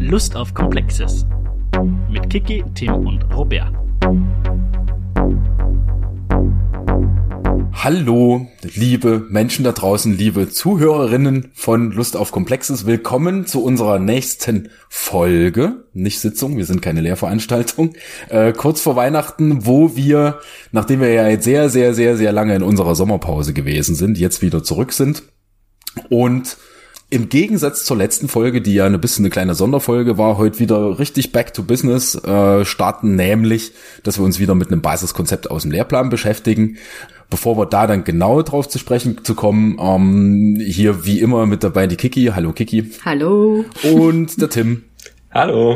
Lust auf Komplexes mit Kiki, Tim und Robert. Hallo, liebe Menschen da draußen, liebe Zuhörerinnen von Lust auf Komplexes. Willkommen zu unserer nächsten Folge, nicht Sitzung, wir sind keine Lehrveranstaltung, kurz vor Weihnachten, wo wir, nachdem wir ja jetzt sehr lange in unserer Sommerpause gewesen sind, jetzt wieder zurück sind. Und im Gegensatz zur letzten Folge, die ja ein bisschen eine kleine Sonderfolge war, heute wieder richtig back to business starten, nämlich, dass wir uns wieder mit einem Basiskonzept aus dem Lehrplan beschäftigen. Bevor wir da dann genau drauf zu sprechen zu kommen, hier wie immer mit dabei die Kiki. Hallo Kiki. Hallo. Und der Tim. Hallo.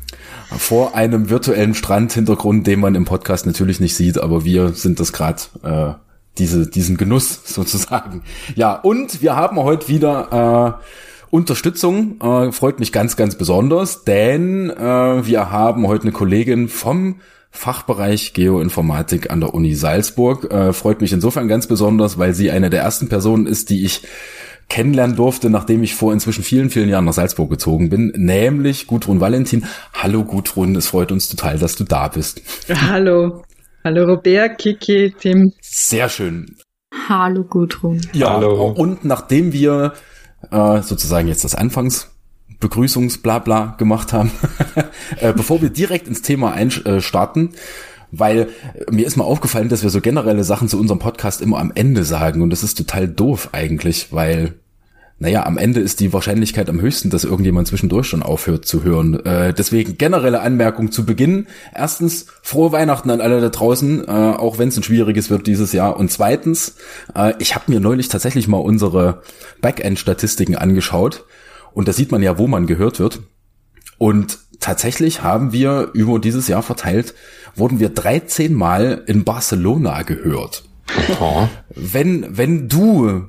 Vor einem virtuellen Strandhintergrund, den man im Podcast natürlich nicht sieht, aber wir sind das gerade diesen Genuss sozusagen. Ja, und wir haben heute wieder Unterstützung, freut mich ganz besonders, denn wir haben heute eine Kollegin vom Fachbereich Geoinformatik an der Uni Salzburg. Freut mich insofern ganz besonders, weil sie eine der ersten Personen ist, die ich kennenlernen durfte, nachdem ich vor inzwischen vielen Jahren nach Salzburg gezogen bin, nämlich Gudrun Valentin. Hallo Gudrun, es freut uns total, dass du da bist. Hallo. Hallo Robert, Kiki, Tim. Sehr schön. Hallo Gudrun. Ja, hallo. Und nachdem wir sozusagen jetzt das Anfangsbegrüßungsblabla gemacht haben, bevor wir direkt ins Thema starten, weil mir ist mal aufgefallen, dass wir so generelle Sachen zu unserem Podcast immer am Ende sagen und das ist total doof eigentlich, weil am Ende ist die Wahrscheinlichkeit am höchsten, dass irgendjemand zwischendurch schon aufhört zu hören. Deswegen generelle Anmerkung zu Beginn. Erstens, frohe Weihnachten an alle da draußen, auch wenn es ein schwieriges wird dieses Jahr. Und zweitens, ich habe mir neulich tatsächlich mal unsere Backend-Statistiken angeschaut. Und da sieht man ja, wo man gehört wird. Und tatsächlich haben wir über dieses Jahr verteilt, wurden wir 13 Mal in Barcelona gehört. Oh. Wenn du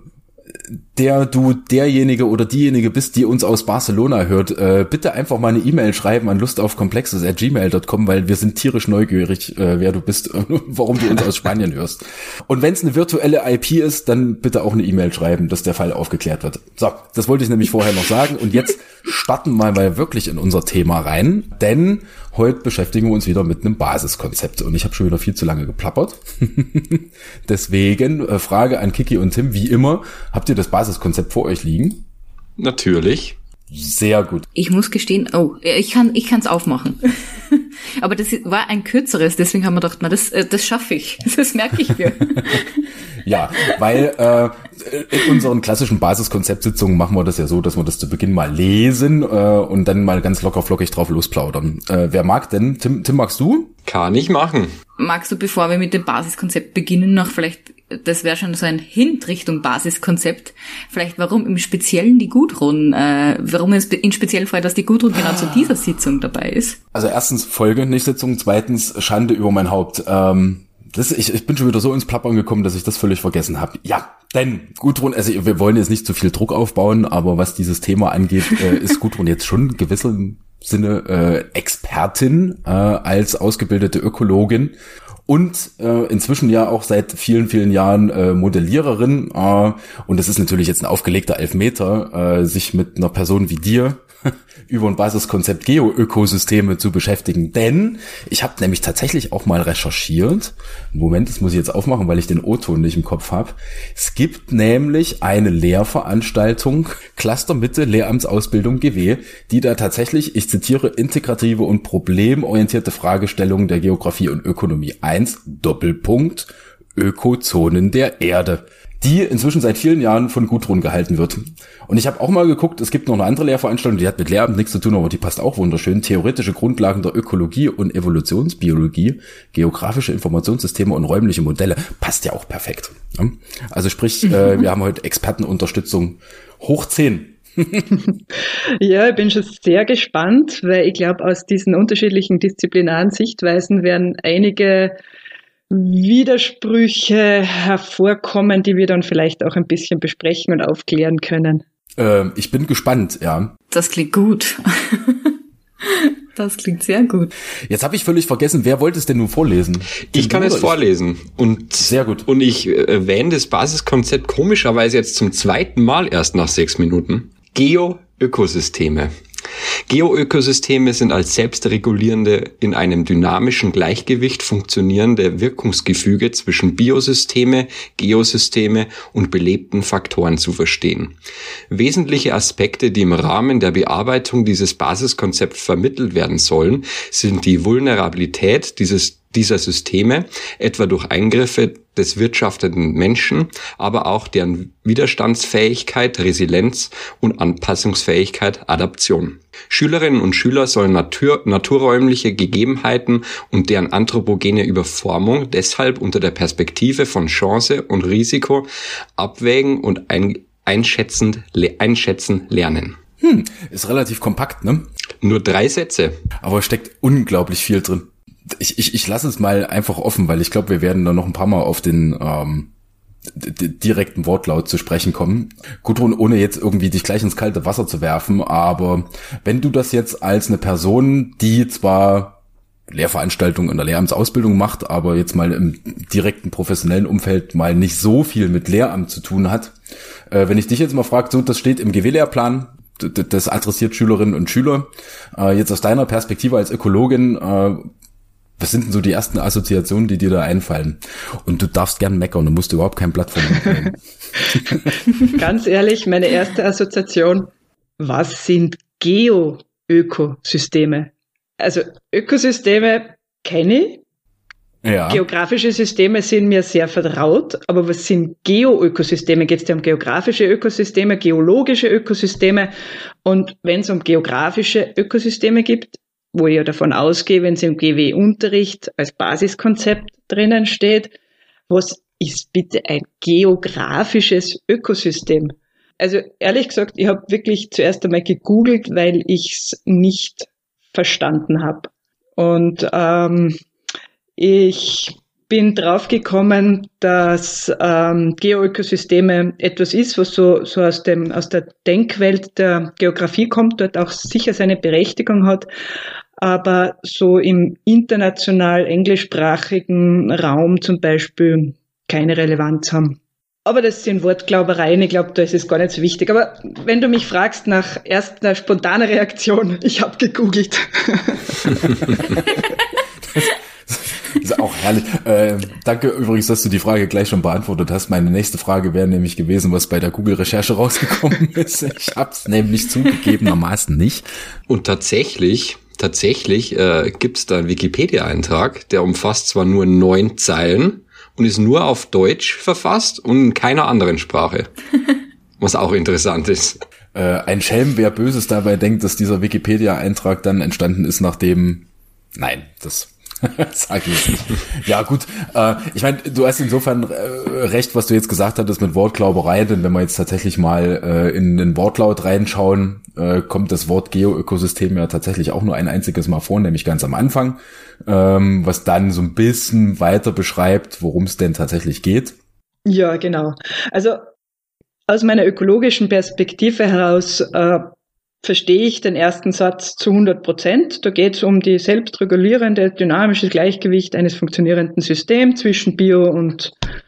derjenige oder diejenige bist, die uns aus Barcelona hört, bitte einfach mal eine E-Mail schreiben an lustaufkomplexes@gmail.com, weil wir sind tierisch neugierig, wer du bist und warum du uns aus Spanien hörst. Und wenn es eine virtuelle IP ist, dann bitte auch eine E-Mail schreiben, dass der Fall aufgeklärt wird. So, das wollte ich nämlich vorher noch sagen und jetzt starten wir mal wirklich in unser Thema rein, denn heute beschäftigen wir uns wieder mit einem Basiskonzept und ich habe schon wieder viel zu lange geplappert. Deswegen Frage an Kiki und Tim, wie immer, habt ihr das Basiskonzept vor euch liegen? Natürlich. Sehr gut. Ich muss gestehen, ich kann's aufmachen. Aber das war ein kürzeres, deswegen haben wir gedacht, das schaffe ich. Das merke ich mir. Ja, weil in unseren klassischen Basiskonzeptsitzungen machen wir das ja so, dass wir das zu Beginn mal lesen und dann mal ganz locker flockig drauf losplaudern. Wer mag denn? Tim, magst du? Kann ich machen. Magst du, bevor wir mit dem Basiskonzept beginnen, noch vielleicht, das wäre schon so ein Hint Richtung Basiskonzept, vielleicht warum im Speziellen die Gudrun, warum es in speziell freut, dass die Gudrun genau zu dieser Sitzung dabei ist? Also erstens Folge, nicht Sitzung, zweitens Schande über mein Haupt. Ich bin schon wieder so ins Plappern gekommen, dass ich das völlig vergessen habe. Ja, denn Gudrun, also wir wollen jetzt nicht zu viel Druck aufbauen, aber was dieses Thema angeht, ist Gudrun jetzt schon in gewissem Sinne Expertin als ausgebildete Ökologin und inzwischen ja auch seit vielen Jahren Modelliererin. Und es ist natürlich jetzt ein aufgelegter Elfmeter, sich mit einer Person wie dir über ein Basiskonzept Geoökosysteme zu beschäftigen, denn ich habe nämlich tatsächlich auch mal recherchiert. Moment, das muss ich jetzt aufmachen, weil ich den O-Ton nicht im Kopf habe. Es gibt nämlich eine Lehrveranstaltung, Clustermitte Lehramtsausbildung GW, die da tatsächlich, ich zitiere, integrative und problemorientierte Fragestellungen der Geografie und Ökonomie 1, Doppelpunkt, Ökozonen der Erde, die inzwischen seit vielen Jahren von Gudrun gehalten wird. Und ich habe auch mal geguckt, es gibt noch eine andere Lehrveranstaltung, die hat mit Lehramt nichts zu tun, aber die passt auch wunderschön. Theoretische Grundlagen der Ökologie und Evolutionsbiologie, geografische Informationssysteme und räumliche Modelle. Passt ja auch perfekt. Also sprich, wir haben heute Expertenunterstützung hoch 10. Ja, ich bin schon sehr gespannt, weil ich glaube, aus diesen unterschiedlichen disziplinaren Sichtweisen werden einige Widersprüche hervorkommen, die wir dann vielleicht auch ein bisschen besprechen und aufklären können. Ich bin gespannt, ja. Das klingt gut. Das klingt sehr gut. Jetzt habe ich völlig vergessen, wer wollte es denn nun vorlesen? Ich kann es vorlesen. Und sehr gut. Und ich erwähne das Basiskonzept komischerweise jetzt zum zweiten Mal erst nach 6 Minuten. Geoökosysteme. Geoökosysteme sind als selbstregulierende, in einem dynamischen Gleichgewicht funktionierende Wirkungsgefüge zwischen Biosysteme, Geosysteme und belebten Faktoren zu verstehen. Wesentliche Aspekte, die im Rahmen der Bearbeitung dieses Basiskonzepts vermittelt werden sollen, sind die Vulnerabilität dieser Systeme, etwa durch Eingriffe des wirtschaftenden Menschen, aber auch deren Widerstandsfähigkeit, Resilienz und Anpassungsfähigkeit, Adaption. Schülerinnen und Schüler sollen naturräumliche Gegebenheiten und deren anthropogene Überformung deshalb unter der Perspektive von Chance und Risiko abwägen und einschätzen lernen. Ist relativ kompakt, ne? Nur 3 Sätze. Aber steckt unglaublich viel drin. Ich lasse es mal einfach offen, weil ich glaube, wir werden da noch ein paar Mal auf den direkten Wortlaut zu sprechen kommen. Gudrun, ohne jetzt irgendwie dich gleich ins kalte Wasser zu werfen, aber wenn du das jetzt als eine Person, die zwar Lehrveranstaltungen in der Lehramtsausbildung macht, aber jetzt mal im direkten professionellen Umfeld mal nicht so viel mit Lehramt zu tun hat, wenn ich dich jetzt mal frage, so, das steht im GW-Lehrplan, das adressiert Schülerinnen und Schüler, jetzt aus deiner Perspektive als Ökologin, was sind denn so die ersten Assoziationen, die dir da einfallen? Und du darfst gern meckern, du musst überhaupt kein Blatt vom Mund nehmen. Ganz ehrlich, meine erste Assoziation, was sind Geoökosysteme? Also Ökosysteme kenne ich. Ja. Geografische Systeme sind mir sehr vertraut, aber was sind Geoökosysteme? Geht es ja um geografische Ökosysteme, geologische Ökosysteme? Und wenn es um geografische Ökosysteme gibt, wo ich ja davon ausgehe, wenn es im GW-Unterricht als Basiskonzept drinnen steht, was ist bitte ein geografisches Ökosystem? Also ehrlich gesagt, ich habe wirklich zuerst einmal gegoogelt, weil ich es nicht verstanden habe. Und ich bin draufgekommen, dass Geoökosysteme etwas ist, was so aus der Denkwelt der Geografie kommt, dort auch sicher seine Berechtigung hat, aber so im international englischsprachigen Raum zum Beispiel keine Relevanz haben. Aber das sind Wortglaubereien, ich glaube, da ist es gar nicht so wichtig. Aber wenn du mich fragst nach erster spontaner Reaktion, ich habe gegoogelt. Das ist auch herrlich. Danke übrigens, dass du die Frage gleich schon beantwortet hast. Meine nächste Frage wäre nämlich gewesen, was bei der Google-Recherche rausgekommen ist. Ich habe es nämlich zugegebenermaßen nicht. Und tatsächlich gibt's da einen Wikipedia-Eintrag, der umfasst zwar nur 9 Zeilen und ist nur auf Deutsch verfasst und in keiner anderen Sprache. Was auch interessant ist. Ein Schelm, wer Böses dabei denkt, dass dieser Wikipedia-Eintrag dann entstanden ist, nachdem... Nein, das sag ich jetzt nicht. Ja gut, ich meine, du hast insofern recht, was du jetzt gesagt hattest mit Wortglauberei, denn wenn wir jetzt tatsächlich mal in den Wortlaut reinschauen, kommt das Wort Geoökosystem ja tatsächlich auch nur ein einziges Mal vor, nämlich ganz am Anfang, was dann so ein bisschen weiter beschreibt, worum es denn tatsächlich geht. Ja, genau. Also aus meiner ökologischen Perspektive heraus verstehe ich den ersten Satz zu 100%. Da geht es um die selbstregulierende, dynamische Gleichgewicht eines funktionierenden Systems zwischen Bio und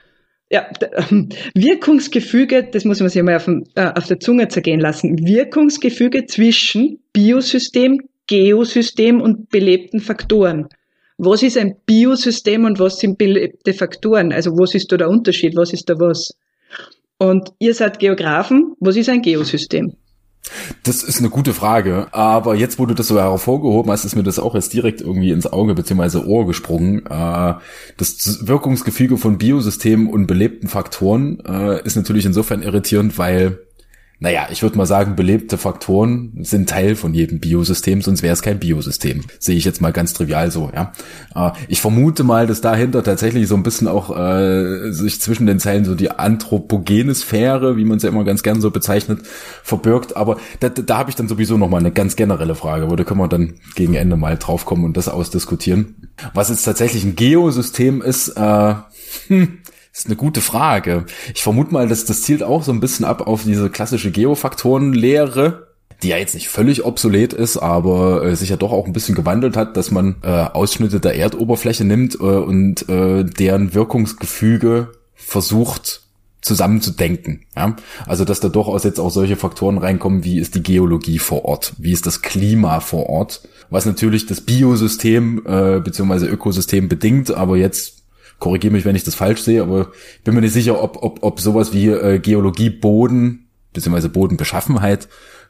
Wirkungsgefüge, das muss man sich mal auf der Zunge zergehen lassen. Wirkungsgefüge zwischen Biosystem, Geosystem und belebten Faktoren. Was ist ein Biosystem und was sind belebte Faktoren? Also was ist da der Unterschied? Was ist da was? Und ihr seid Geografen. Was ist ein Geosystem? Das ist eine gute Frage, aber jetzt, wo du das so hervorgehoben hast, ist mir das auch jetzt direkt irgendwie ins Auge bzw. Ohr gesprungen. Das Wirkungsgefüge von Biosystemen und belebten Faktoren ist natürlich insofern irritierend, weil, naja, ich würde mal sagen, belebte Faktoren sind Teil von jedem Biosystem, sonst wäre es kein Biosystem. Sehe ich jetzt mal ganz trivial so, ja. Ich vermute mal, dass dahinter tatsächlich so ein bisschen auch sich zwischen den Zeilen so die anthropogene Sphäre, wie man es ja immer ganz gern so bezeichnet, verbirgt. Aber da habe ich dann sowieso nochmal eine ganz generelle Frage, aber da können wir dann gegen Ende mal draufkommen und das ausdiskutieren. Was jetzt tatsächlich ein Geosystem ist, ist eine gute Frage. Ich vermute mal, dass das zielt auch so ein bisschen ab auf diese klassische Geofaktorenlehre, die ja jetzt nicht völlig obsolet ist, aber sich ja doch auch ein bisschen gewandelt hat, dass man Ausschnitte der Erdoberfläche nimmt und deren Wirkungsgefüge versucht zusammenzudenken. Ja? Also dass da durchaus jetzt auch solche Faktoren reinkommen, wie ist die Geologie vor Ort, wie ist das Klima vor Ort, was natürlich das Biosystem bzw. Ökosystem bedingt, aber jetzt korrigiere mich, wenn ich das falsch sehe, aber ich bin mir nicht sicher, ob sowas wie Geologie, Boden bzw. Bodenbeschaffenheit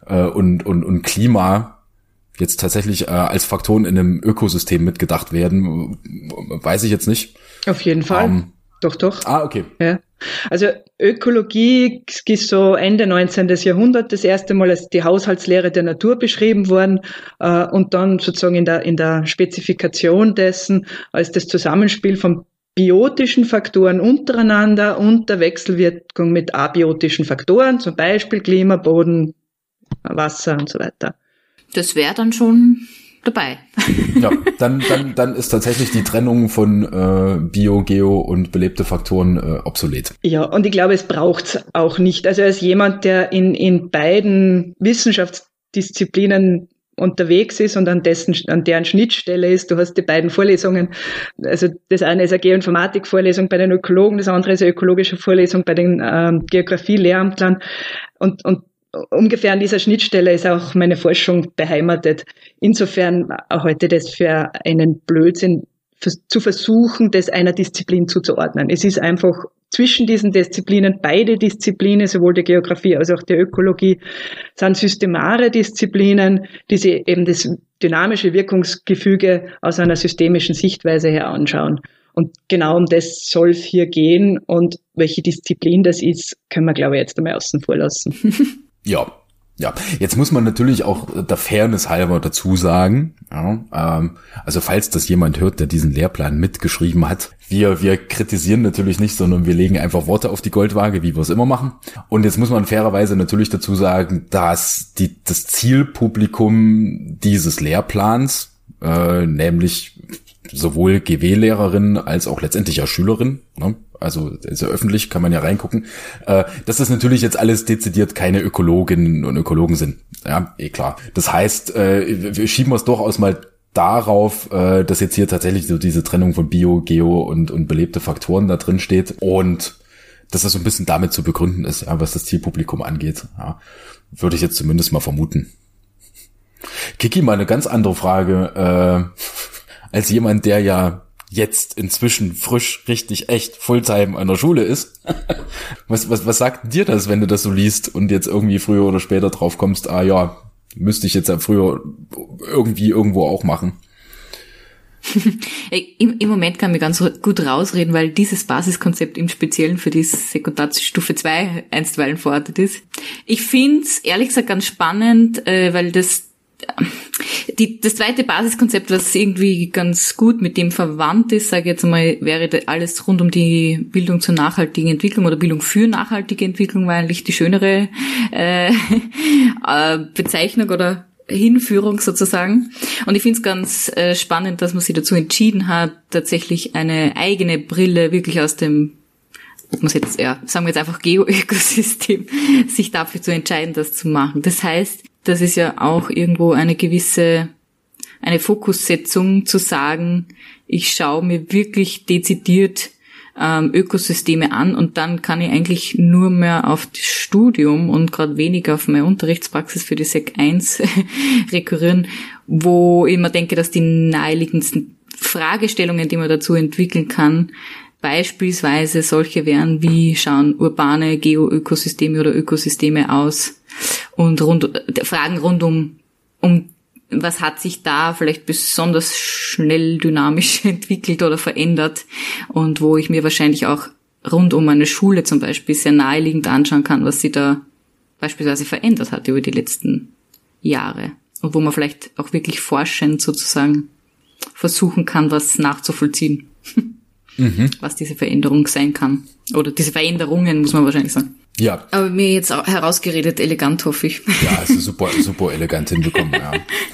und Klima jetzt tatsächlich als Faktoren in einem Ökosystem mitgedacht werden, weiß ich jetzt nicht. Auf jeden Fall. Doch. Ah, okay. Ja. Also Ökologie ist so Ende 19. Jahrhundert das erste Mal als die Haushaltslehre der Natur beschrieben worden und dann sozusagen in der Spezifikation dessen als das Zusammenspiel von biotischen Faktoren untereinander und der Wechselwirkung mit abiotischen Faktoren, zum Beispiel Klima, Boden, Wasser und so weiter. Das wäre dann schon dabei. Ja, dann ist tatsächlich die Trennung von Bio, Geo und belebte Faktoren obsolet. Ja, und ich glaube, es braucht's auch nicht. Also als jemand, der in beiden Wissenschaftsdisziplinen unterwegs ist und an deren Schnittstelle ist. Du hast die beiden Vorlesungen. Also das eine ist eine Geoinformatik-Vorlesung bei den Ökologen, das andere ist eine ökologische Vorlesung bei den Geografie-Lehramtlern. Und ungefähr an dieser Schnittstelle ist auch meine Forschung beheimatet. Insofern halte ich das für einen Blödsinn, zu versuchen, das einer Disziplin zuzuordnen. Es ist einfach zwischen diesen Disziplinen, beide Disziplinen, sowohl die Geografie als auch die Ökologie, sind systemare Disziplinen, die sich eben das dynamische Wirkungsgefüge aus einer systemischen Sichtweise her anschauen. Und genau um das soll es hier gehen. Und welche Disziplin das ist, können wir, glaube ich, jetzt einmal außen vor lassen. Ja. Jetzt muss man natürlich auch der Fairness halber dazu sagen, ja, also falls das jemand hört, der diesen Lehrplan mitgeschrieben hat, wir kritisieren natürlich nicht, sondern wir legen einfach Worte auf die Goldwaage, wie wir es immer machen. Und jetzt muss man fairerweise natürlich dazu sagen, dass das Zielpublikum dieses Lehrplans, nämlich sowohl GW-Lehrerinnen als auch letztendlich ja Schülerinnen, ne? Also öffentlich kann man ja reingucken, dass das natürlich jetzt alles dezidiert keine Ökologinnen und Ökologen sind. Ja, klar. Das heißt, wir schieben es durchaus mal darauf, dass jetzt hier tatsächlich so diese Trennung von Bio, Geo und belebte Faktoren da drin steht und dass das so ein bisschen damit zu begründen ist, ja, was das Zielpublikum angeht. Ja, würde ich jetzt zumindest mal vermuten. Kiki, mal eine ganz andere Frage, als jemand, der ja jetzt inzwischen frisch, richtig, echt Fulltime an der Schule ist. Was sagt dir das, wenn du das so liest und jetzt irgendwie früher oder später drauf kommst, müsste ich jetzt ja früher irgendwie irgendwo auch machen? Im Moment kann ich ganz gut rausreden, weil dieses Basiskonzept im Speziellen für die Sekundarstufe 2 einstweilen verortet ist. Ich find's ehrlich gesagt ganz spannend, weil das zweite Basiskonzept, was irgendwie ganz gut mit dem verwandt ist, sage ich jetzt einmal, wäre alles rund um die Bildung zur nachhaltigen Entwicklung oder Bildung für nachhaltige Entwicklung, war eigentlich die schönere Bezeichnung oder Hinführung sozusagen. Und ich finde es ganz spannend, dass man sich dazu entschieden hat, tatsächlich eine eigene Brille wirklich aus dem, ob man es jetzt, sagen wir jetzt einfach Geo-Ökosystem, sich dafür zu entscheiden, das zu machen. Das heißt, das ist ja auch irgendwo eine Fokussetzung zu sagen, ich schaue mir wirklich dezidiert Ökosysteme an und dann kann ich eigentlich nur mehr auf das Studium und gerade weniger auf meine Unterrichtspraxis für die Sek 1 rekurrieren, wo ich immer denke, dass die naheliegendsten Fragestellungen, die man dazu entwickeln kann, beispielsweise solche wären, wie schauen urbane Geoökosysteme oder Ökosysteme aus und Fragen rund um was hat sich da vielleicht besonders schnell dynamisch entwickelt oder verändert und wo ich mir wahrscheinlich auch rund um eine Schule zum Beispiel sehr naheliegend anschauen kann, was sie da beispielsweise verändert hat über die letzten Jahre und wo man vielleicht auch wirklich forschend sozusagen versuchen kann, was nachzuvollziehen. Was diese Veränderung sein kann. Oder diese Veränderungen, muss man wahrscheinlich sagen. Ja. Aber mir jetzt auch herausgeredet, elegant, hoffe ich. Ja, also super elegant hinbekommen, ja.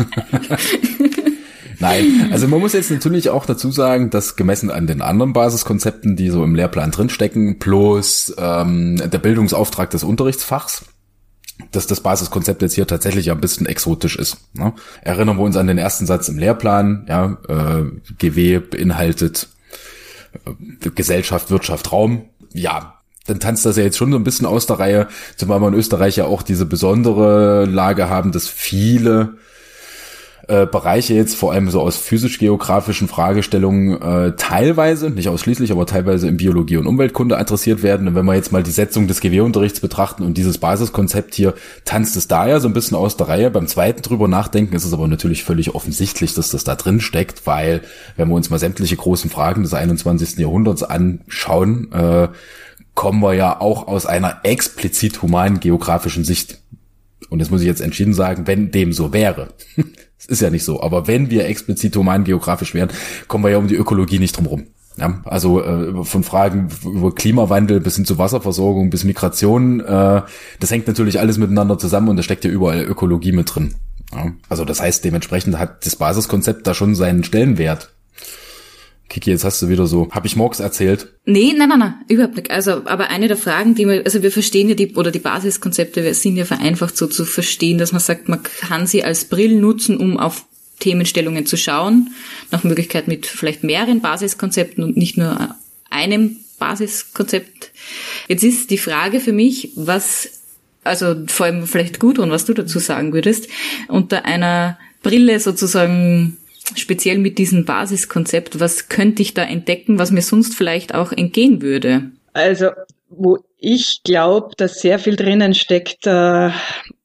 Nein, also man muss jetzt natürlich auch dazu sagen, dass gemessen an den anderen Basiskonzepten, die so im Lehrplan drinstecken, plus der Bildungsauftrag des Unterrichtsfachs, dass das Basiskonzept jetzt hier tatsächlich ein bisschen exotisch ist. Ne? Erinnern wir uns an den ersten Satz im Lehrplan, ja, GW beinhaltet Gesellschaft, Wirtschaft, Raum. Ja, dann tanzt das ja jetzt schon so ein bisschen aus der Reihe, zumal wir in Österreich ja auch diese besondere Lage haben, dass viele Bereiche jetzt vor allem so aus physisch-geografischen Fragestellungen teilweise, nicht ausschließlich, aber teilweise in Biologie und Umweltkunde adressiert werden. Und wenn wir jetzt mal die Setzung des GW-Unterrichts betrachten und dieses Basiskonzept hier, tanzt es da ja so ein bisschen aus der Reihe. Beim zweiten drüber nachdenken ist es aber natürlich völlig offensichtlich, dass das da drin steckt, weil wenn wir uns mal sämtliche großen Fragen des 21. Jahrhunderts anschauen, kommen wir ja auch aus einer explizit humanen geografischen Sicht. Und das muss ich jetzt entschieden sagen, wenn dem so wäre. Es ist ja nicht so, aber wenn wir explizit human-geografisch wären, kommen wir ja um die Ökologie nicht drum rum. Ja, also von Fragen über Klimawandel bis hin zu Wasserversorgung bis Migration, das hängt natürlich alles miteinander zusammen und da steckt ja überall Ökologie mit drin. Ja, also das heißt, dementsprechend hat das Basiskonzept da schon seinen Stellenwert. Kiki, jetzt hast du wieder so, hab ich Murks erzählt? Nee, nein, überhaupt nicht. Also, aber eine der Fragen, die wir verstehen ja die Basiskonzepte sind ja vereinfacht so zu verstehen, dass man sagt, man kann sie als Brille nutzen, um auf Themenstellungen zu schauen, nach Möglichkeit mit vielleicht mehreren Basiskonzepten und nicht nur einem Basiskonzept. Jetzt ist die Frage für mich, also vor allem vielleicht Gudrun, was du dazu sagen würdest, unter einer Brille sozusagen speziell mit diesem Basiskonzept, was könnte ich da entdecken, was mir sonst vielleicht auch entgehen würde? Also, wo ich glaube, dass sehr viel drinnen steckt, das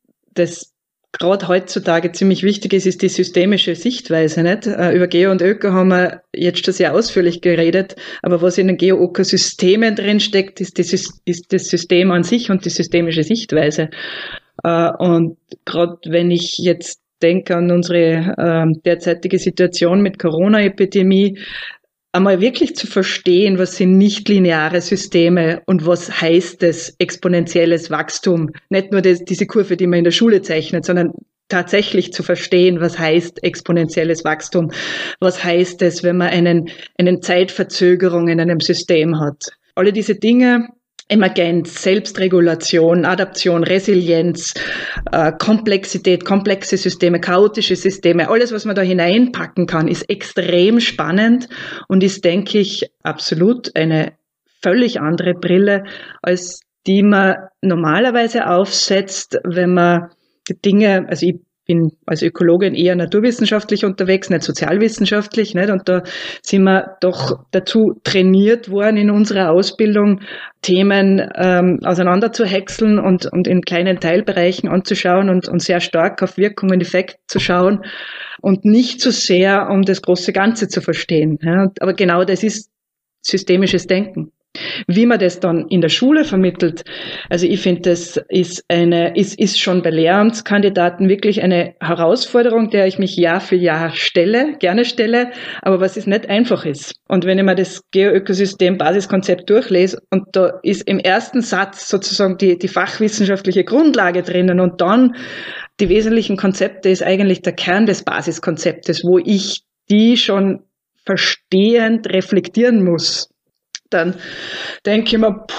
gerade heutzutage ziemlich wichtig ist die systemische Sichtweise, nicht? Über Geo und Öko haben wir jetzt schon sehr ausführlich geredet, aber was in den Geo-Ökosystemen drin steckt, ist das System an sich und die systemische Sichtweise. Und gerade wenn ich jetzt denke an unsere derzeitige Situation mit Corona-Epidemie, einmal wirklich zu verstehen, was sind nichtlineare Systeme und was heißt es exponentielles Wachstum. Nicht nur diese Kurve, die man in der Schule zeichnet, sondern tatsächlich zu verstehen, was heißt exponentielles Wachstum. Was heißt es, wenn man einen Zeitverzögerung in einem System hat. Alle diese Dinge, Emergenz, Selbstregulation, Adaption, Resilienz, Komplexität, komplexe Systeme, chaotische Systeme, alles, was man da hineinpacken kann, ist extrem spannend und ist, denke ich, absolut eine völlig andere Brille, als die man normalerweise aufsetzt, wenn man die Dinge, also ich bin als Ökologin eher naturwissenschaftlich unterwegs, nicht sozialwissenschaftlich, nicht? Und da sind wir doch dazu trainiert worden in unserer Ausbildung, Themen auseinanderzuhäckseln und in kleinen Teilbereichen anzuschauen und sehr stark auf Wirkung und Effekt zu schauen und nicht so sehr, um das große Ganze zu verstehen. Ja? Aber genau das ist systemisches Denken. Wie man das dann in der Schule vermittelt, also ich finde, das ist schon bei Lehramtskandidaten wirklich eine Herausforderung, der ich mich Jahr für Jahr gerne stelle, aber was es nicht einfach ist. Und wenn ich mir das Geo-Ökosystem-Basiskonzept durchlese und da ist im ersten Satz sozusagen die fachwissenschaftliche Grundlage drinnen und dann die wesentlichen Konzepte ist eigentlich der Kern des Basiskonzeptes, wo ich die schon verstehend reflektieren muss. Dann denke ich mir,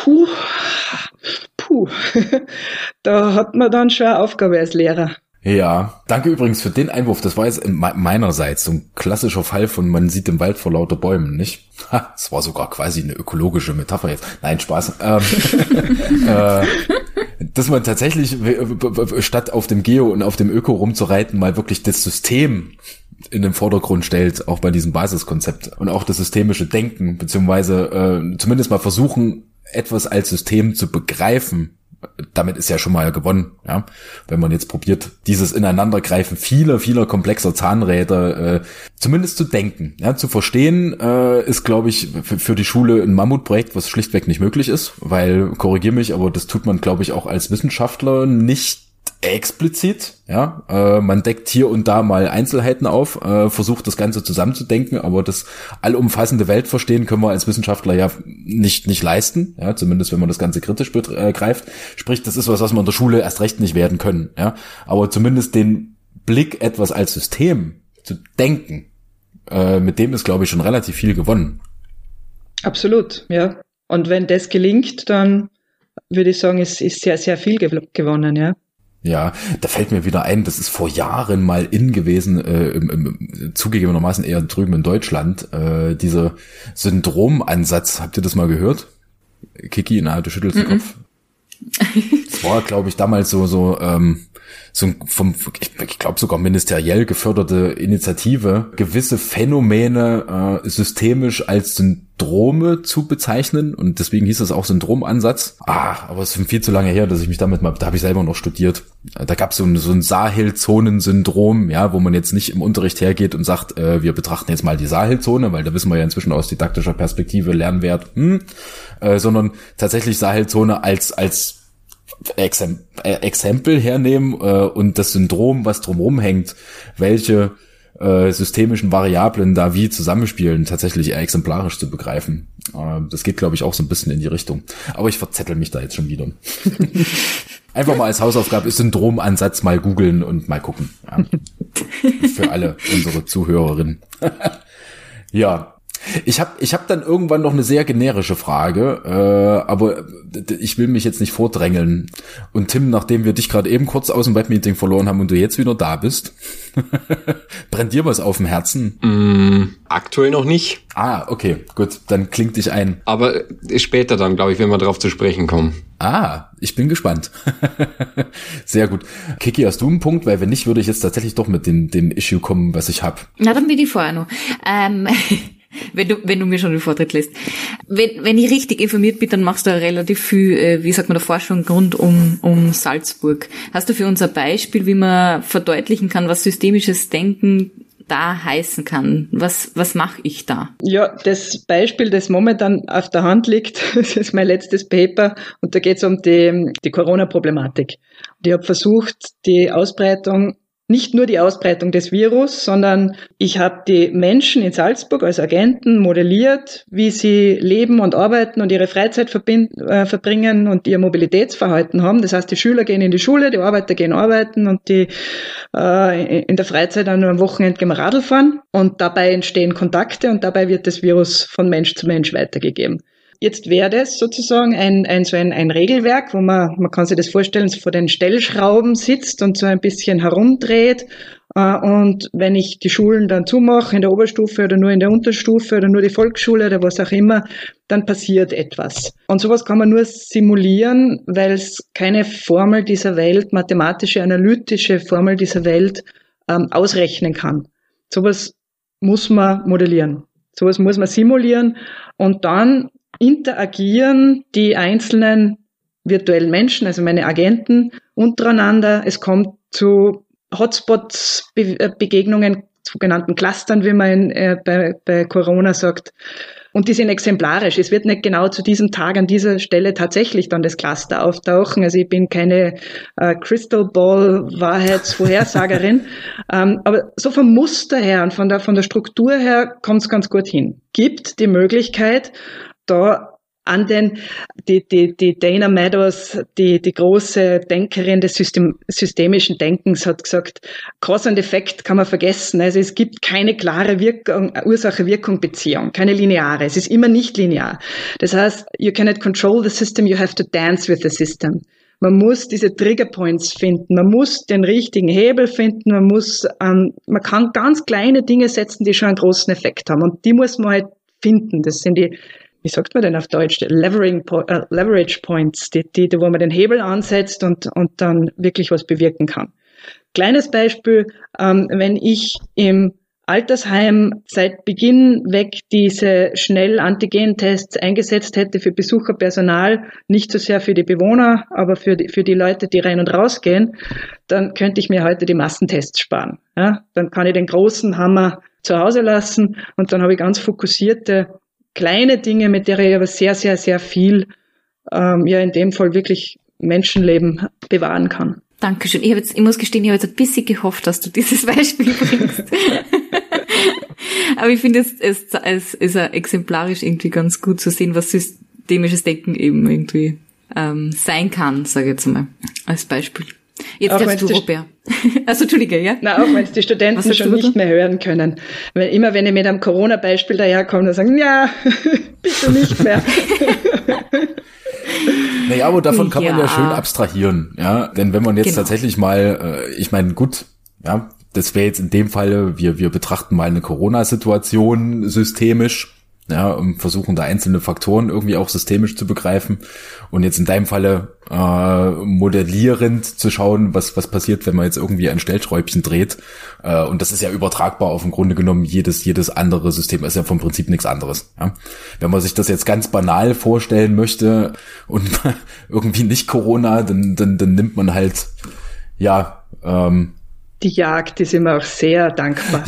da hat man dann schon eine Aufgabe als Lehrer. Ja, danke übrigens für den Einwurf. Das war jetzt meinerseits so ein klassischer Fall von man sieht im Wald vor lauter Bäumen, nicht? Das war sogar quasi eine ökologische Metapher jetzt. Nein, Spaß. Dass man tatsächlich statt auf dem Geo und auf dem Öko rumzureiten, mal wirklich das System in den Vordergrund stellt, auch bei diesem Basiskonzept und auch das systemische Denken, beziehungsweise zumindest mal versuchen, etwas als System zu begreifen. Damit ist ja schon mal gewonnen, ja. Wenn man jetzt probiert, dieses Ineinandergreifen vieler komplexer Zahnräder zumindest zu denken, ja, zu verstehen, ist, glaube ich, für die Schule ein Mammutprojekt, was schlichtweg nicht möglich ist, weil, korrigier mich, aber das tut man, glaube ich, auch als Wissenschaftler nicht explizit, ja, man deckt hier und da mal Einzelheiten auf, versucht das Ganze zusammenzudenken, aber das allumfassende Weltverstehen können wir als Wissenschaftler ja nicht leisten, ja, zumindest wenn man das Ganze kritisch begreift, sprich, das ist was wir in der Schule erst recht nicht werden können, ja, aber zumindest den Blick, etwas als System zu denken, mit dem ist, glaube ich, schon relativ viel gewonnen. Absolut, ja, und wenn das gelingt, dann würde ich sagen, ist sehr, sehr viel gewonnen, ja. Ja, da fällt mir wieder ein, das ist vor Jahren mal in gewesen, zugegebenermaßen eher drüben in Deutschland, dieser Syndromansatz, habt ihr das mal gehört? Kiki, na, du schüttelst den Kopf. Das war, glaube ich, damals so ich glaube sogar ministeriell geförderte Initiative, gewisse Phänomene systemisch als Syndrome zu bezeichnen, und deswegen hieß es auch Syndromansatz. Aber es ist viel zu lange her, dass ich mich da habe ich selber noch studiert. Da gab es so ein Sahel-Zonen-Syndrom, ja, wo man jetzt nicht im Unterricht hergeht und sagt, wir betrachten jetzt mal die Sahelzone, weil da wissen wir ja inzwischen aus didaktischer Perspektive Lernwert, sondern tatsächlich Sahelzone als Exempel hernehmen und das Syndrom, was drumherum hängt, welche systemischen Variablen da wie zusammenspielen, tatsächlich eher exemplarisch zu begreifen. Das geht, glaube ich, auch so ein bisschen in die Richtung. Aber ich verzettel mich da jetzt schon wieder. Einfach mal als Hausaufgabe Syndromansatz mal googeln und mal gucken. Ja. Für alle unsere Zuhörerinnen. Ja. Ich hab dann irgendwann noch eine sehr generische Frage, aber ich will mich jetzt nicht vordrängeln. Und Tim, nachdem wir dich gerade eben kurz aus dem Webmeeting verloren haben und du jetzt wieder da bist, brennt dir was auf dem Herzen? Aktuell noch nicht. Okay, gut, dann klingt dich ein. Aber später dann, glaube ich, wenn wir drauf zu sprechen kommen. Ich bin gespannt. Sehr gut. Kiki, hast du einen Punkt? Weil wenn nicht, würde ich jetzt tatsächlich doch mit dem Issue kommen, was ich habe. Na, dann bin ich vorher noch. Wenn du mir schon den Vortritt lässt. Wenn ich richtig informiert bin, dann machst du ja relativ viel, der Forschung rund um Salzburg. Hast du für uns ein Beispiel, wie man verdeutlichen kann, was systemisches Denken da heißen kann? Was mache ich da? Ja, das Beispiel, das momentan auf der Hand liegt, das ist mein letztes Paper, und da geht es um die Corona-Problematik. Und ich habe versucht, nicht nur die Ausbreitung des Virus, sondern ich habe die Menschen in Salzburg als Agenten modelliert, wie sie leben und arbeiten und ihre Freizeit verbringen und ihr Mobilitätsverhalten haben. Das heißt, die Schüler gehen in die Schule, die Arbeiter gehen arbeiten und die in der Freizeit dann nur am Wochenende gehen wir Radl fahren, und dabei entstehen Kontakte und dabei wird das Virus von Mensch zu Mensch weitergegeben. Jetzt wäre das sozusagen ein Regelwerk, wo man kann sich das vorstellen, vor den Stellschrauben sitzt und so ein bisschen herumdreht. Und wenn ich die Schulen dann zumache, in der Oberstufe oder nur in der Unterstufe oder nur die Volksschule oder was auch immer, dann passiert etwas. Und sowas kann man nur simulieren, weil es keine Formel dieser Welt, mathematische, analytische Formel dieser Welt ausrechnen kann. Sowas muss man modellieren. Sowas muss man simulieren, und dann interagieren die einzelnen virtuellen Menschen, also meine Agenten, untereinander. Es kommt zu Hotspots, Begegnungen, sogenannten Clustern, wie man bei Corona sagt. Und die sind exemplarisch. Es wird nicht genau zu diesem Tag an dieser Stelle tatsächlich dann das Cluster auftauchen. Also ich bin keine Crystal Ball Wahrheitsvorhersagerin. Aber so vom Muster her und von der Struktur her kommt es ganz gut hin. Gibt die Möglichkeit, da an die Dana Meadows, die große Denkerin des systemischen Denkens, hat gesagt, Cause and Effect kann man vergessen. Also es gibt keine klare Ursache-Wirkung-Beziehung, keine lineare. Es ist immer nicht linear. Das heißt, you cannot control the system, you have to dance with the system. Man muss diese Triggerpoints finden, man muss den richtigen Hebel finden, man kann ganz kleine Dinge setzen, die schon einen großen Effekt haben, und die muss man halt finden. Das sind die, wie sagt man denn auf Deutsch, Leverage Points, die wo man den Hebel ansetzt und dann wirklich was bewirken kann. Kleines Beispiel, wenn ich im Altersheim seit Beginn weg diese Schnell-Antigen-Tests eingesetzt hätte für Besucherpersonal, nicht so sehr für die Bewohner, aber für die Leute, die rein und rausgehen, dann könnte ich mir heute die Massentests sparen. Ja? Dann kann ich den großen Hammer zu Hause lassen, und dann habe ich ganz fokussierte kleine Dinge, mit der ich aber sehr, sehr, sehr viel, in dem Fall wirklich Menschenleben bewahren kann. Dankeschön. Ich muss gestehen, ich habe jetzt ein bisschen gehofft, dass du dieses Beispiel bringst. Aber ich finde, es ist exemplarisch irgendwie ganz gut zu sehen, was systemisches Denken eben irgendwie sein kann, sage ich jetzt mal, als Beispiel. Jetzt darfst du, Robert. Also, Entschuldige, ja? Nein, auch wenn es die Studenten schon nicht mehr hören können. Weil immer, wenn ich mit einem Corona-Beispiel daherkomme, dann sagen, ja, bitte nicht mehr. Naja, aber davon kann man ja schön abstrahieren, ja. Denn wenn man jetzt tatsächlich mal, ich meine, gut, ja, das wäre jetzt in dem Fall, wir betrachten mal eine Corona-Situation systemisch, ja, und versuchen da einzelne Faktoren irgendwie auch systemisch zu begreifen und jetzt in deinem Falle modellierend zu schauen, was passiert, wenn man jetzt irgendwie ein Stellschräubchen dreht, und das ist ja übertragbar auf im Grunde genommen jedes andere System, ist ja vom Prinzip nichts anderes. Ja? Wenn man sich das jetzt ganz banal vorstellen möchte und irgendwie nicht Corona, dann nimmt man halt die Jagd ist immer auch sehr dankbar.